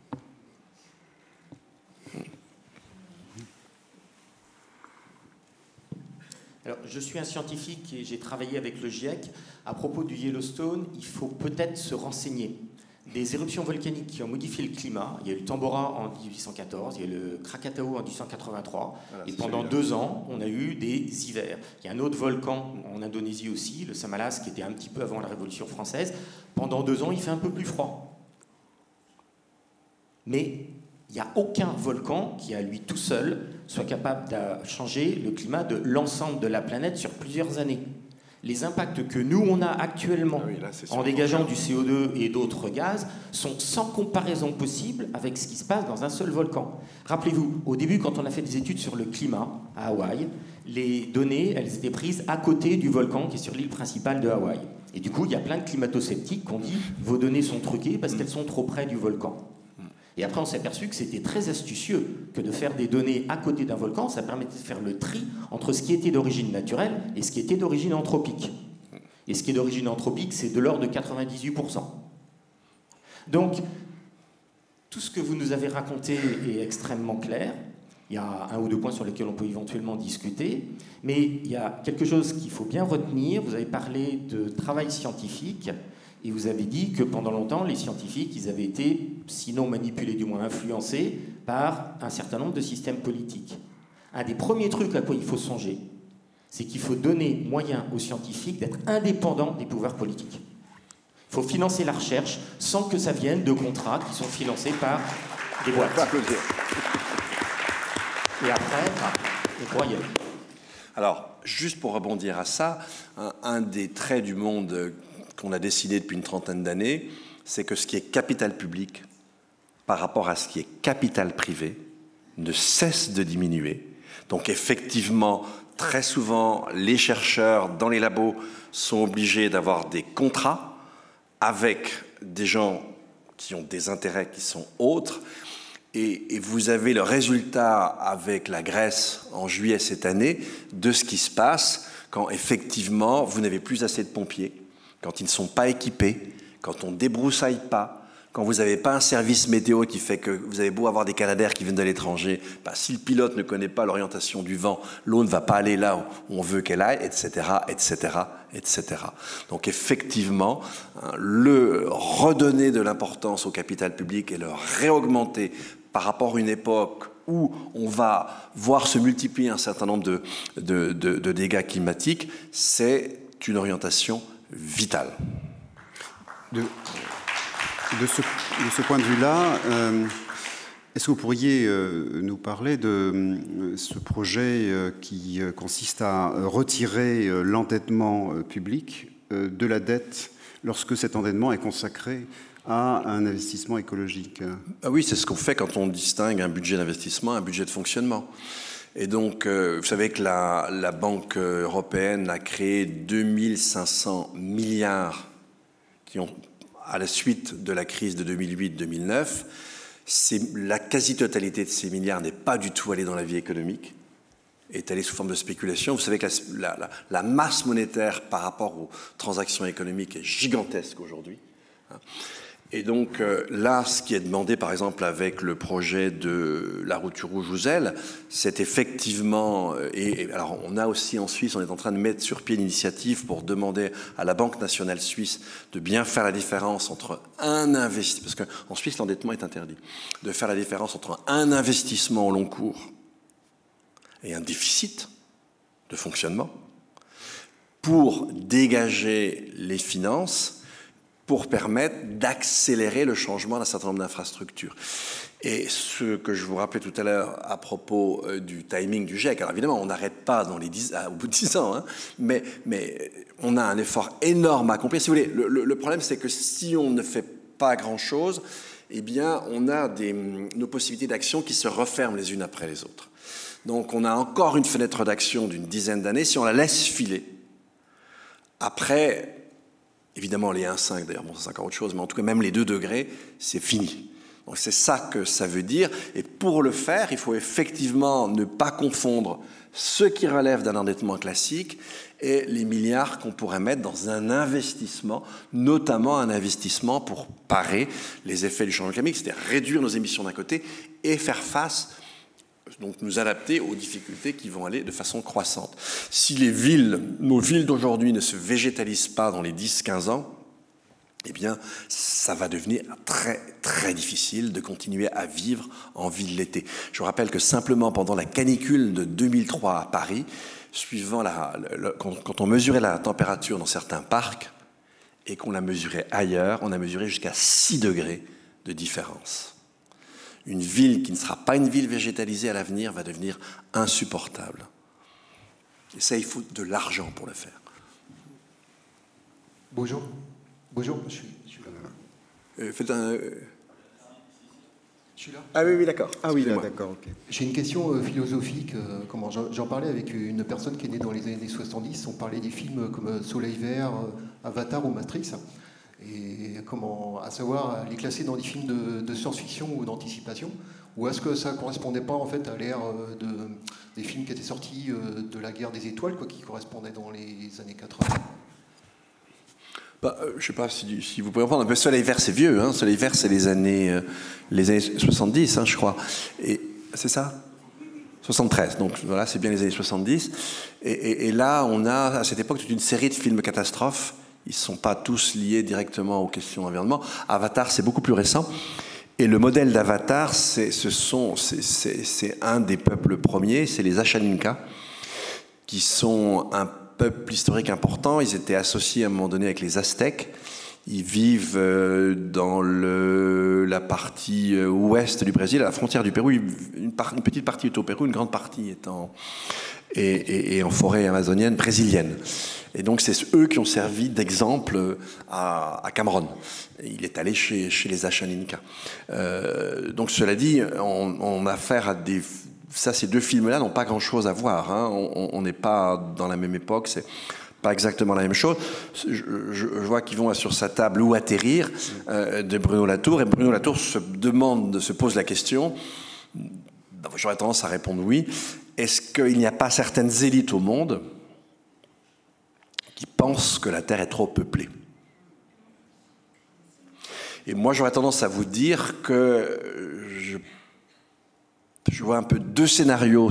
Alors, je suis un scientifique et j'ai travaillé avec le GIEC. À propos du Yellowstone, il faut peut-être se renseigner. des éruptions volcaniques qui ont modifié le climat. Il y a eu le Tambora en 1814, il y a eu le Krakatau en 1883, voilà, et pendant 2 ans, on a eu des hivers. Il y a un autre volcan en Indonésie aussi, le Samalas, qui était un petit peu avant la Révolution française. Pendant 2 ans, il fait un peu plus froid. Mais il n'y a aucun volcan qui, à lui tout seul, soit capable de changer le climat de l'ensemble de la planète sur plusieurs années. Les impacts que nous, on a actuellement en dégageant du CO2 et d'autres gaz sont sans comparaison possible avec ce qui se passe dans un seul volcan. Rappelez-vous, au début, quand on a fait des études sur le climat à Hawaï, les données, elles étaient prises à côté du volcan qui est sur l'île principale de Hawaï. Et du coup, il y a plein de climato-sceptiques qui ont dit « vos données sont truquées parce qu'elles sont trop près du volcan ». Et après, on s'est aperçu que c'était très astucieux que de faire des données à côté d'un volcan. Ça permettait de faire le tri entre ce qui était d'origine naturelle et ce qui était d'origine anthropique. Et ce qui est d'origine anthropique, c'est de l'ordre de 98%. Donc, tout ce que vous nous avez raconté est extrêmement clair. Il y a 1 ou 2 points sur lesquels on peut éventuellement discuter. Mais il y a quelque chose qu'il faut bien retenir. Vous avez parlé de travail scientifique. Et vous avez dit que pendant longtemps, les scientifiques, ils avaient été, sinon manipulés, du moins influencés par un certain nombre de systèmes politiques. Un des premiers trucs à quoi il faut songer, c'est qu'il faut donner moyen aux scientifiques d'être indépendants des pouvoirs politiques. Il faut financer la recherche sans que ça vienne de contrats qui sont financés par des boîtes. Et après, on pourra y aller. Alors, juste pour rebondir à ça, un des traits du monde qu'on a décidé depuis une 30aine d'années, c'est que ce qui est capital public par rapport à ce qui est capital privé ne cesse de diminuer. Donc effectivement, très souvent, les chercheurs dans les labos sont obligés d'avoir des contrats avec des gens qui ont des intérêts qui sont autres. Et vous avez le résultat avec la Grèce en juillet cette année de ce qui se passe quand effectivement vous n'avez plus assez de pompiers, quand ils ne sont pas équipés, quand on ne débroussaille pas, quand vous n'avez pas un service météo qui fait que vous avez beau avoir des Canadaires qui viennent de l'étranger, si le pilote ne connaît pas l'orientation du vent, l'eau ne va pas aller là où on veut qu'elle aille, etc., etc., etc. Donc effectivement, le redonner de l'importance au capital public et le réaugmenter par rapport à une époque où on va voir se multiplier un certain nombre de dégâts climatiques, c'est une orientation vitale. De ce point de vue-là, est-ce que vous pourriez nous parler de ce projet qui consiste à retirer l'endettement public de la dette lorsque cet endettement est consacré à un investissement écologique? Ah oui, c'est ce qu'on fait quand on distingue un budget d'investissement, un budget de fonctionnement. Et donc, vous savez que la Banque européenne a créé 2500 milliards qui ont, à la suite de la crise de 2008-2009, la quasi-totalité de ces milliards n'est pas du tout allée dans la vie économique, est allée sous forme de spéculation. Vous savez que la masse monétaire par rapport aux transactions économiques est gigantesque aujourd'hui. Et donc là, ce qui est demandé, par exemple, avec le projet de la route Rouge-Jouzel, c'est effectivement... Et alors, on a aussi en Suisse, on est en train de mettre sur pied l'initiative pour demander à la Banque nationale suisse de bien faire la différence entre un investissement, parce qu'en Suisse, l'endettement est interdit, de faire la différence entre un investissement au long cours et un déficit de fonctionnement pour dégager les finances, pour permettre d'accélérer le changement d'un certain nombre d'infrastructures. Et ce que je vous rappelais tout à l'heure à propos du timing du GIEC, alors évidemment, on n'arrête pas au bout de 10 ans, hein, mais on a un effort énorme à accomplir. Si vous voulez, le problème, c'est que si on ne fait pas grand-chose, eh bien, on a nos possibilités d'action qui se referment les unes après les autres. Donc, on a encore une fenêtre d'action d'une dizaine d'années. Si on la laisse filer, après... Évidemment, les 1,5, d'ailleurs, bon, c'est encore autre chose, mais en tout cas, même les 2 degrés, c'est fini. Donc, c'est ça que ça veut dire. Et pour le faire, il faut effectivement ne pas confondre ce qui relève d'un endettement classique et les milliards qu'on pourrait mettre dans un investissement, notamment un investissement pour parer les effets du changement climatique, c'est-à-dire réduire nos émissions d'un côté et faire face, donc nous adapter aux difficultés qui vont aller de façon croissante. Si nos villes d'aujourd'hui ne se végétalisent pas dans les 10-15 ans, eh bien, ça va devenir très, très difficile de continuer à vivre en ville l'été. Je vous rappelle que simplement pendant la canicule de 2003 à Paris, suivant quand on mesurait la température dans certains parcs et qu'on la mesurait ailleurs, on a mesuré jusqu'à 6 degrés de différence. Une ville qui ne sera pas une ville végétalisée à l'avenir va devenir insupportable. Et ça, il faut de l'argent pour le faire. Bonjour. Bonjour, je suis là. Faites un... Je suis là. Ah oui, d'accord. Ah oui, là, d'accord, ok. J'ai une question philosophique. J'en parlais avec une personne qui est née dans les années 70. On parlait des films comme Soleil Vert, Avatar ou Matrix. Et à savoir, les classer dans des films de science-fiction ou d'anticipation. Ou est-ce que ça ne correspondait pas en fait à l'ère des films qui étaient sortis de la guerre des étoiles, qui correspondaient dans les années 80? Je ne sais pas si vous pouvez comprendre. Soleil Vert, c'est vieux. Hein. Soleil Vert, c'est les années 70, hein, je crois. Et c'est ça 73. Donc voilà, c'est bien les années 70. Et là, on a à cette époque toute une série de films catastrophes. Ils ne sont pas tous liés directement aux questions d'environnement. Avatar, c'est beaucoup plus récent. Et le modèle d'Avatar, c'est un des peuples premiers, c'est les Ashaninka, qui sont un peuple historique important. Ils étaient associés à un moment donné avec les Aztèques. Ils vivent dans la partie ouest du Brésil, à la frontière du Pérou. Une petite partie est au Pérou, une grande partie est en forêt amazonienne brésilienne. Et donc c'est eux qui ont servi d'exemple à Cameron. Il est allé chez les Ashaninka. Donc cela dit, on a affaire à des... Ça, ces deux films-là n'ont pas grand-chose à voir. Hein. On n'est pas dans la même époque, c'est pas exactement la même chose. Je vois qu'ils vont sur sa table Où atterrir de Bruno Latour. Et Bruno Latour se pose la question, j'aurais tendance à répondre oui, est-ce qu'il n'y a pas certaines élites au monde qui pensent que la Terre est trop peuplée? Et moi, j'aurais tendance à vous dire que je vois un peu deux scénarios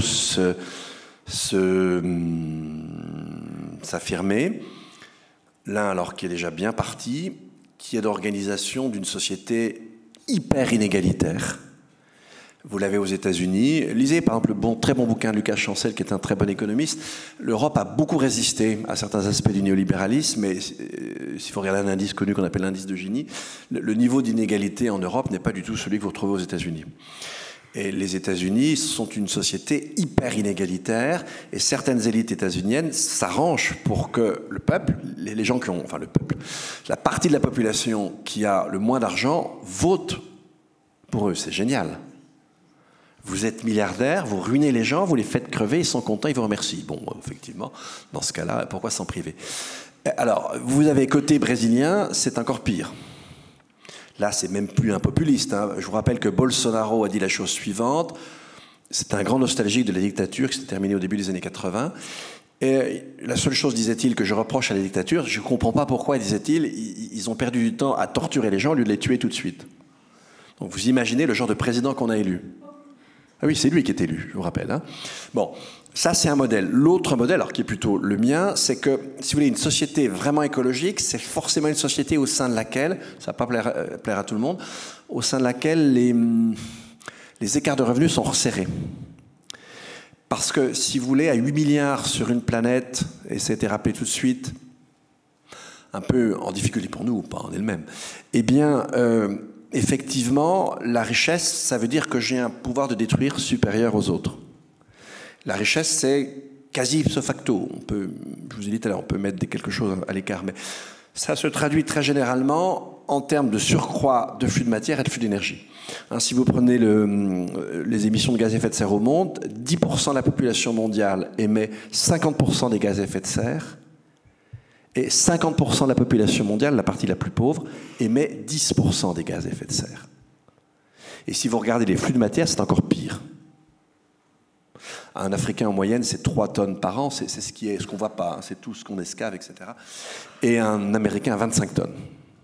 s'affirmer. L'un, alors qui est déjà bien parti, qui est l'organisation d'une société hyper inégalitaire. Vous l'avez aux États-Unis. Lisez par exemple le très bon bouquin de Lucas Chancel, qui est un très bon économiste. L'Europe a beaucoup résisté à certains aspects du néolibéralisme, mais s'il faut regarder un indice connu qu'on appelle l'indice de Gini, le niveau d'inégalité en Europe n'est pas du tout celui que vous retrouvez aux États-Unis. Et les États-Unis sont une société hyper inégalitaire, et certaines élites états-uniennes s'arrangent pour que le peuple, les gens qui ont, enfin le peuple, la partie de la population qui a le moins d'argent vote pour eux. C'est génial. Vous êtes milliardaire, vous ruinez les gens, vous les faites crever, ils sont contents, ils vous remercient. Bon, effectivement, dans ce cas-là, pourquoi s'en priver? Alors, vous avez côté brésilien, c'est encore pire. Là, c'est même plus un populiste. Hein. Je vous rappelle que Bolsonaro a dit la chose suivante. C'est un grand nostalgique de la dictature qui s'est terminée au début des années 80. Et la seule chose, disait-il, que je reproche à la dictature, je ne comprends pas pourquoi, disait-il, ils ont perdu du temps à torturer les gens au lieu de les tuer tout de suite. Donc vous imaginez le genre de président qu'on a élu. Ah oui, c'est lui qui est élu, je vous rappelle. Hein. Bon, ça c'est un modèle. L'autre modèle, alors qui est plutôt le mien, c'est que, si vous voulez, une société vraiment écologique, c'est forcément une société au sein de laquelle, ça ne va pas plaire à tout le monde, au sein de laquelle les écarts de revenus sont resserrés. Parce que, si vous voulez, à 8 milliards sur une planète, et ça a été rappelé tout de suite, un peu en difficulté pour nous, pas en elle-même, eh bien... effectivement, la richesse, ça veut dire que j'ai un pouvoir de détruire supérieur aux autres. La richesse, c'est quasi ipso facto. Je vous ai dit tout à l'heure, on peut mettre quelque chose à l'écart, mais ça se traduit très généralement en termes de surcroît de flux de matière et de flux d'énergie. Hein, si vous prenez les émissions de gaz à effet de serre au monde, 10% de la population mondiale émet 50% des gaz à effet de serre, et 50% de la population mondiale, la partie la plus pauvre, émet 10% des gaz à effet de serre. Et si vous regardez les flux de matière, c'est encore pire. Un Africain en moyenne, c'est 3 tonnes par an, c'est ce qu'on ne voit pas, hein, c'est tout ce qu'on escave, etc. Et un Américain à 25 tonnes.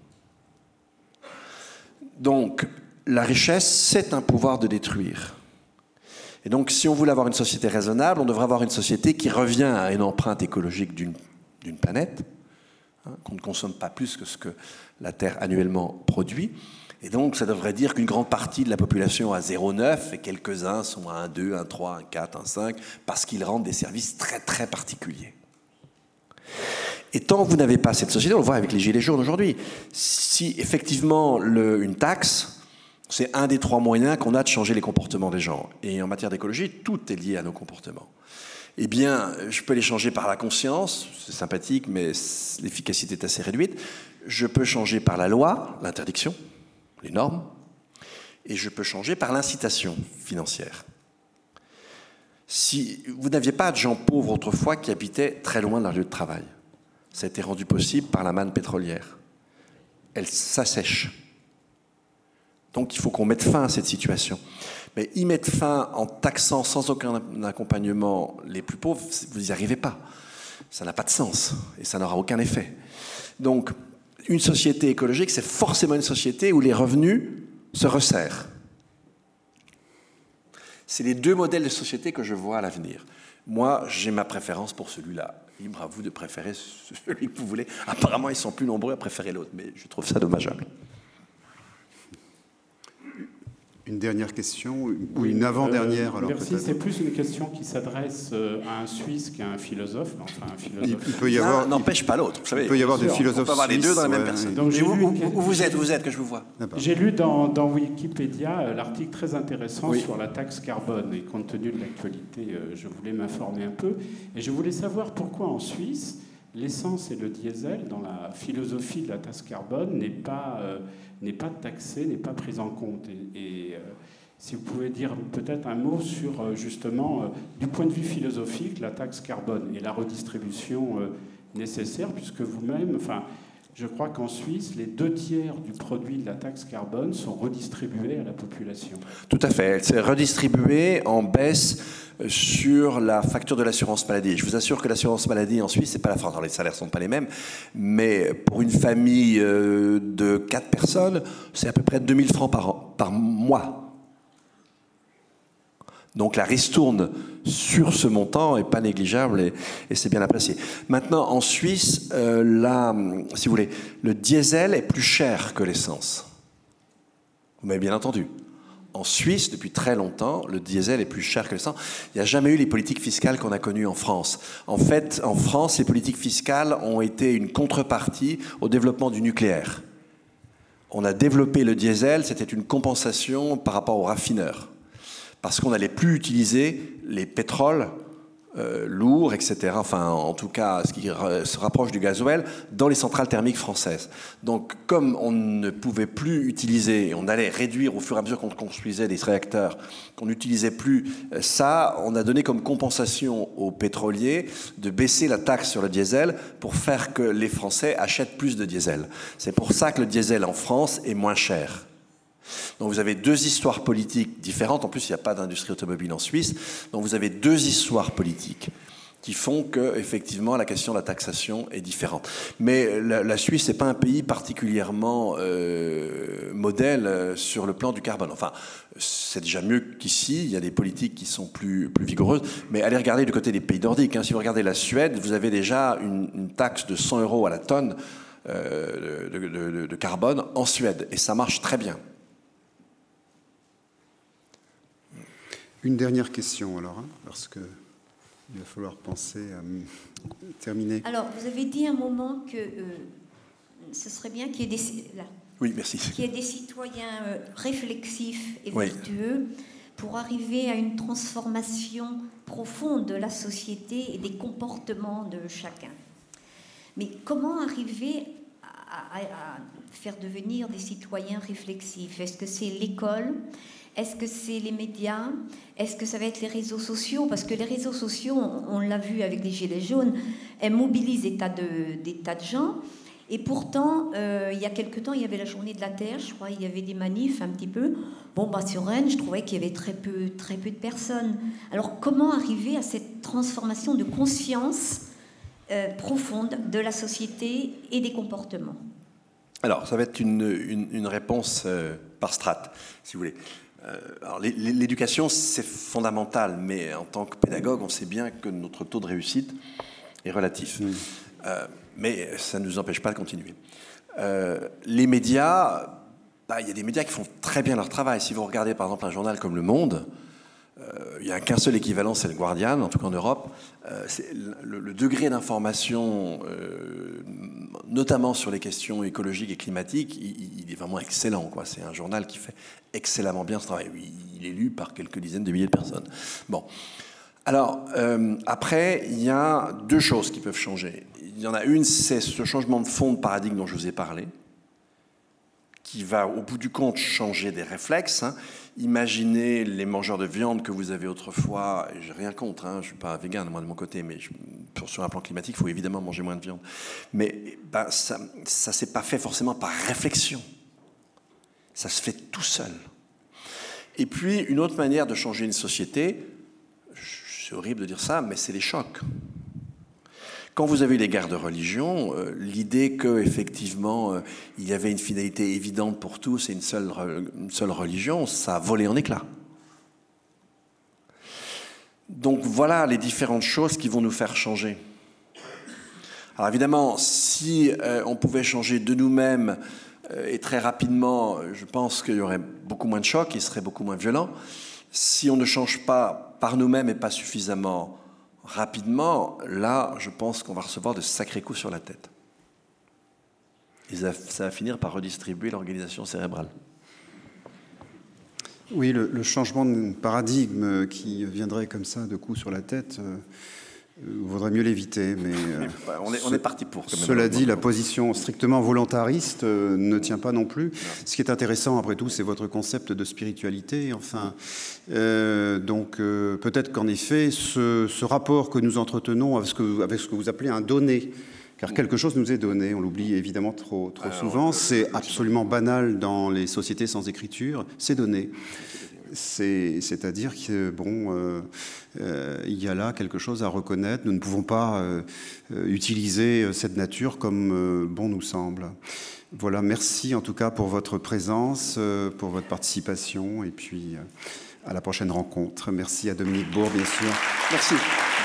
Donc, la richesse, c'est un pouvoir de détruire. Et donc, si on voulait avoir une société raisonnable, on devrait avoir une société qui revient à une empreinte écologique d'une planète, qu'on ne consomme pas plus que ce que la Terre annuellement produit. Et donc, ça devrait dire qu'une grande partie de la population a 0,9 et quelques-uns sont à 1,2, 1,3, 1,4, 1,5 parce qu'ils rendent des services très, très particuliers. Et tant que vous n'avez pas cette société, on le voit avec les gilets jaunes aujourd'hui, si effectivement une taxe, c'est un des 3 moyens qu'on a de changer les comportements des gens. Et en matière d'écologie, tout est lié à nos comportements. Eh bien, je peux les changer par la conscience, c'est sympathique, mais l'efficacité est assez réduite. Je peux changer par la loi, l'interdiction, les normes, et je peux changer par l'incitation financière. Si vous n'aviez pas de gens pauvres autrefois qui habitaient très loin de leur lieu de travail, ça a été rendu possible par la manne pétrolière. Elle s'assèche. Donc il faut qu'on mette fin à cette situation. Mais y mettre fin en taxant sans aucun accompagnement les plus pauvres, vous n'y arrivez pas. Ça n'a pas de sens et ça n'aura aucun effet. Donc une société écologique, c'est forcément une société où les revenus se resserrent. C'est les 2 modèles de société que je vois à l'avenir. Moi, j'ai ma préférence pour celui-là. Libre à vous de préférer celui que vous voulez. Apparemment, ils sont plus nombreux à préférer l'autre, mais je trouve ça dommageable. Une dernière question, ou une avant-dernière alors merci, peut-être. c'est plus une question qui s'adresse à un Suisse qu'à un philosophe. Enfin, un philosophe. Il peut y avoir... n'empêche pas l'autre. Vous savez, il peut y avoir des philosophes on peut avoir les deux dans la même suisses, personne. Donc, où vous êtes que je vous vois. J'ai lu dans Wikipédia l'article très intéressant sur la taxe carbone. Et compte tenu de l'actualité, je voulais m'informer un peu. Et je voulais savoir pourquoi en Suisse, l'essence et le diesel, dans la philosophie de la taxe carbone, n'est pas taxé, n'est pas pris en compte. Et si vous pouvez dire peut-être un mot sur, justement, du point de vue philosophique, la taxe carbone et la redistribution nécessaire, puisque vous-même, enfin, je crois qu'en Suisse, les 2/3 du produit de la taxe carbone sont redistribués à la population. Tout à fait. C'est redistribué en baisse sur la facture de l'assurance maladie. Je vous assure que l'assurance maladie en Suisse, c'est pas la France. Alors, les salaires sont pas les mêmes, mais pour une famille de 4 personnes, c'est à peu près 2000 francs par mois. Donc la ristourne sur ce montant n'est pas négligeable et c'est bien apprécié. Maintenant, en Suisse, si vous voulez, le diesel est plus cher que l'essence. Vous m'avez bien entendu. En Suisse, depuis très longtemps, le diesel est plus cher que l'essence. Il n'y a jamais eu les politiques fiscales qu'on a connues en France. En fait, en France, les politiques fiscales ont été une contrepartie au développement du nucléaire. On a développé le diesel, c'était une compensation par rapport aux raffineurs. Parce qu'on n'allait plus utiliser les pétroles lourds, etc. Enfin, en tout cas, ce qui se rapproche du gasoil, dans les centrales thermiques françaises. Donc, comme on ne pouvait plus utiliser, on allait réduire au fur et à mesure qu'on construisait des réacteurs, qu'on n'utilisait plus ça, on a donné comme compensation aux pétroliers de baisser la taxe sur le diesel pour faire que les Français achètent plus de diesel. C'est pour ça que le diesel en France est moins cher. Donc vous avez 2 histoires politiques différentes. En plus, il n'y a pas d'industrie automobile en Suisse. Donc vous avez 2 histoires politiques qui font que, effectivement, la question de la taxation est différente. Mais la Suisse n'est pas un pays particulièrement modèle sur le plan du carbone. Enfin, c'est déjà mieux qu'ici. Il y a des politiques qui sont plus vigoureuses. Mais allez regarder du côté des pays nordiques. Si vous regardez la Suède, vous avez déjà une taxe de 100 € à la tonne de carbone en Suède. Et ça marche très bien. Une dernière question alors, parce qu'il va falloir penser à terminer. Alors, vous avez dit un moment que ce serait bien qu'il y ait des citoyens réflexifs et vertueux pour arriver à une transformation profonde de la société et des comportements de chacun. Mais comment arriver à faire devenir des citoyens réflexifs? Est-ce que c'est l'école ? Est-ce que c'est les médias? Est-ce que ça va être les réseaux sociaux? Parce que les réseaux sociaux, on l'a vu avec les Gilets jaunes, elles mobilisent des tas de gens. Et pourtant, il y a quelque temps, il y avait la journée de la Terre, je crois, il y avait des manifs un petit peu. Sur Rennes, je trouvais qu'il y avait très peu de personnes. Alors, comment arriver à cette transformation de conscience profonde de la société et des comportements? Alors, ça va être une réponse par strate, si vous voulez. Alors, l'éducation, c'est fondamental, mais en tant que pédagogue, on sait bien que notre taux de réussite est relatif. Mais ça ne nous empêche pas de continuer. Les médias, il y a des médias qui font très bien leur travail. Si vous regardez par exemple un journal comme Le Monde, il n'y a qu'un seul équivalent, c'est le Guardian, en tout cas en Europe. Le degré d'information, notamment sur les questions écologiques et climatiques, il est vraiment excellent, quoi. C'est un journal qui fait excellemment bien ce travail. Il est lu par quelques dizaines de milliers de personnes. Bon. Alors, après, il y a deux choses qui peuvent changer. Il y en a une, c'est ce changement de fond de paradigme dont je vous ai parlé, qui va, au bout du compte, changer des réflexes. Imaginez les mangeurs de viande que vous avez autrefois, et j'ai rien contre, je ne suis pas végan, moi de mon côté, mais sur un plan climatique, il faut évidemment manger moins de viande. Mais ça ne s'est pas fait forcément par réflexion. Ça se fait tout seul. Et puis, une autre manière de changer une société, c'est horrible de dire ça, mais c'est les chocs. Quand vous avez les guerres de religion, l'idée qu'effectivement il y avait une finalité évidente pour tous et une seule religion, ça a volé en éclats. Donc voilà les différentes choses qui vont nous faire changer. Alors évidemment, si on pouvait changer de nous-mêmes et très rapidement, je pense qu'il y aurait beaucoup moins de chocs, il serait beaucoup moins violent. Si on ne change pas par nous-mêmes et pas suffisamment rapidement, là, je pense qu'on va recevoir de sacrés coups sur la tête. Et ça va finir par redistribuer l'organisation cérébrale. Oui, le changement de paradigme qui viendrait comme ça de coups sur la tête, vaudrait mieux l'éviter. Mais on est parti pour. Quand même, cela dit, la position strictement volontariste ne tient pas non plus. Non. Ce qui est intéressant, après tout, c'est votre concept de spiritualité. Enfin, donc peut-être qu'en effet, ce rapport que nous entretenons avec ce que vous appelez un donné, car quelque chose nous est donné, on l'oublie évidemment trop souvent, c'est absolument banal dans les sociétés sans écriture, c'est donné. C'est-à-dire que il y a là quelque chose à reconnaître. Nous ne pouvons pas utiliser cette nature comme bon nous semble. Voilà, merci en tout cas pour votre présence, pour votre participation, et puis à la prochaine rencontre. Merci à Dominique Bourg, bien sûr. Merci.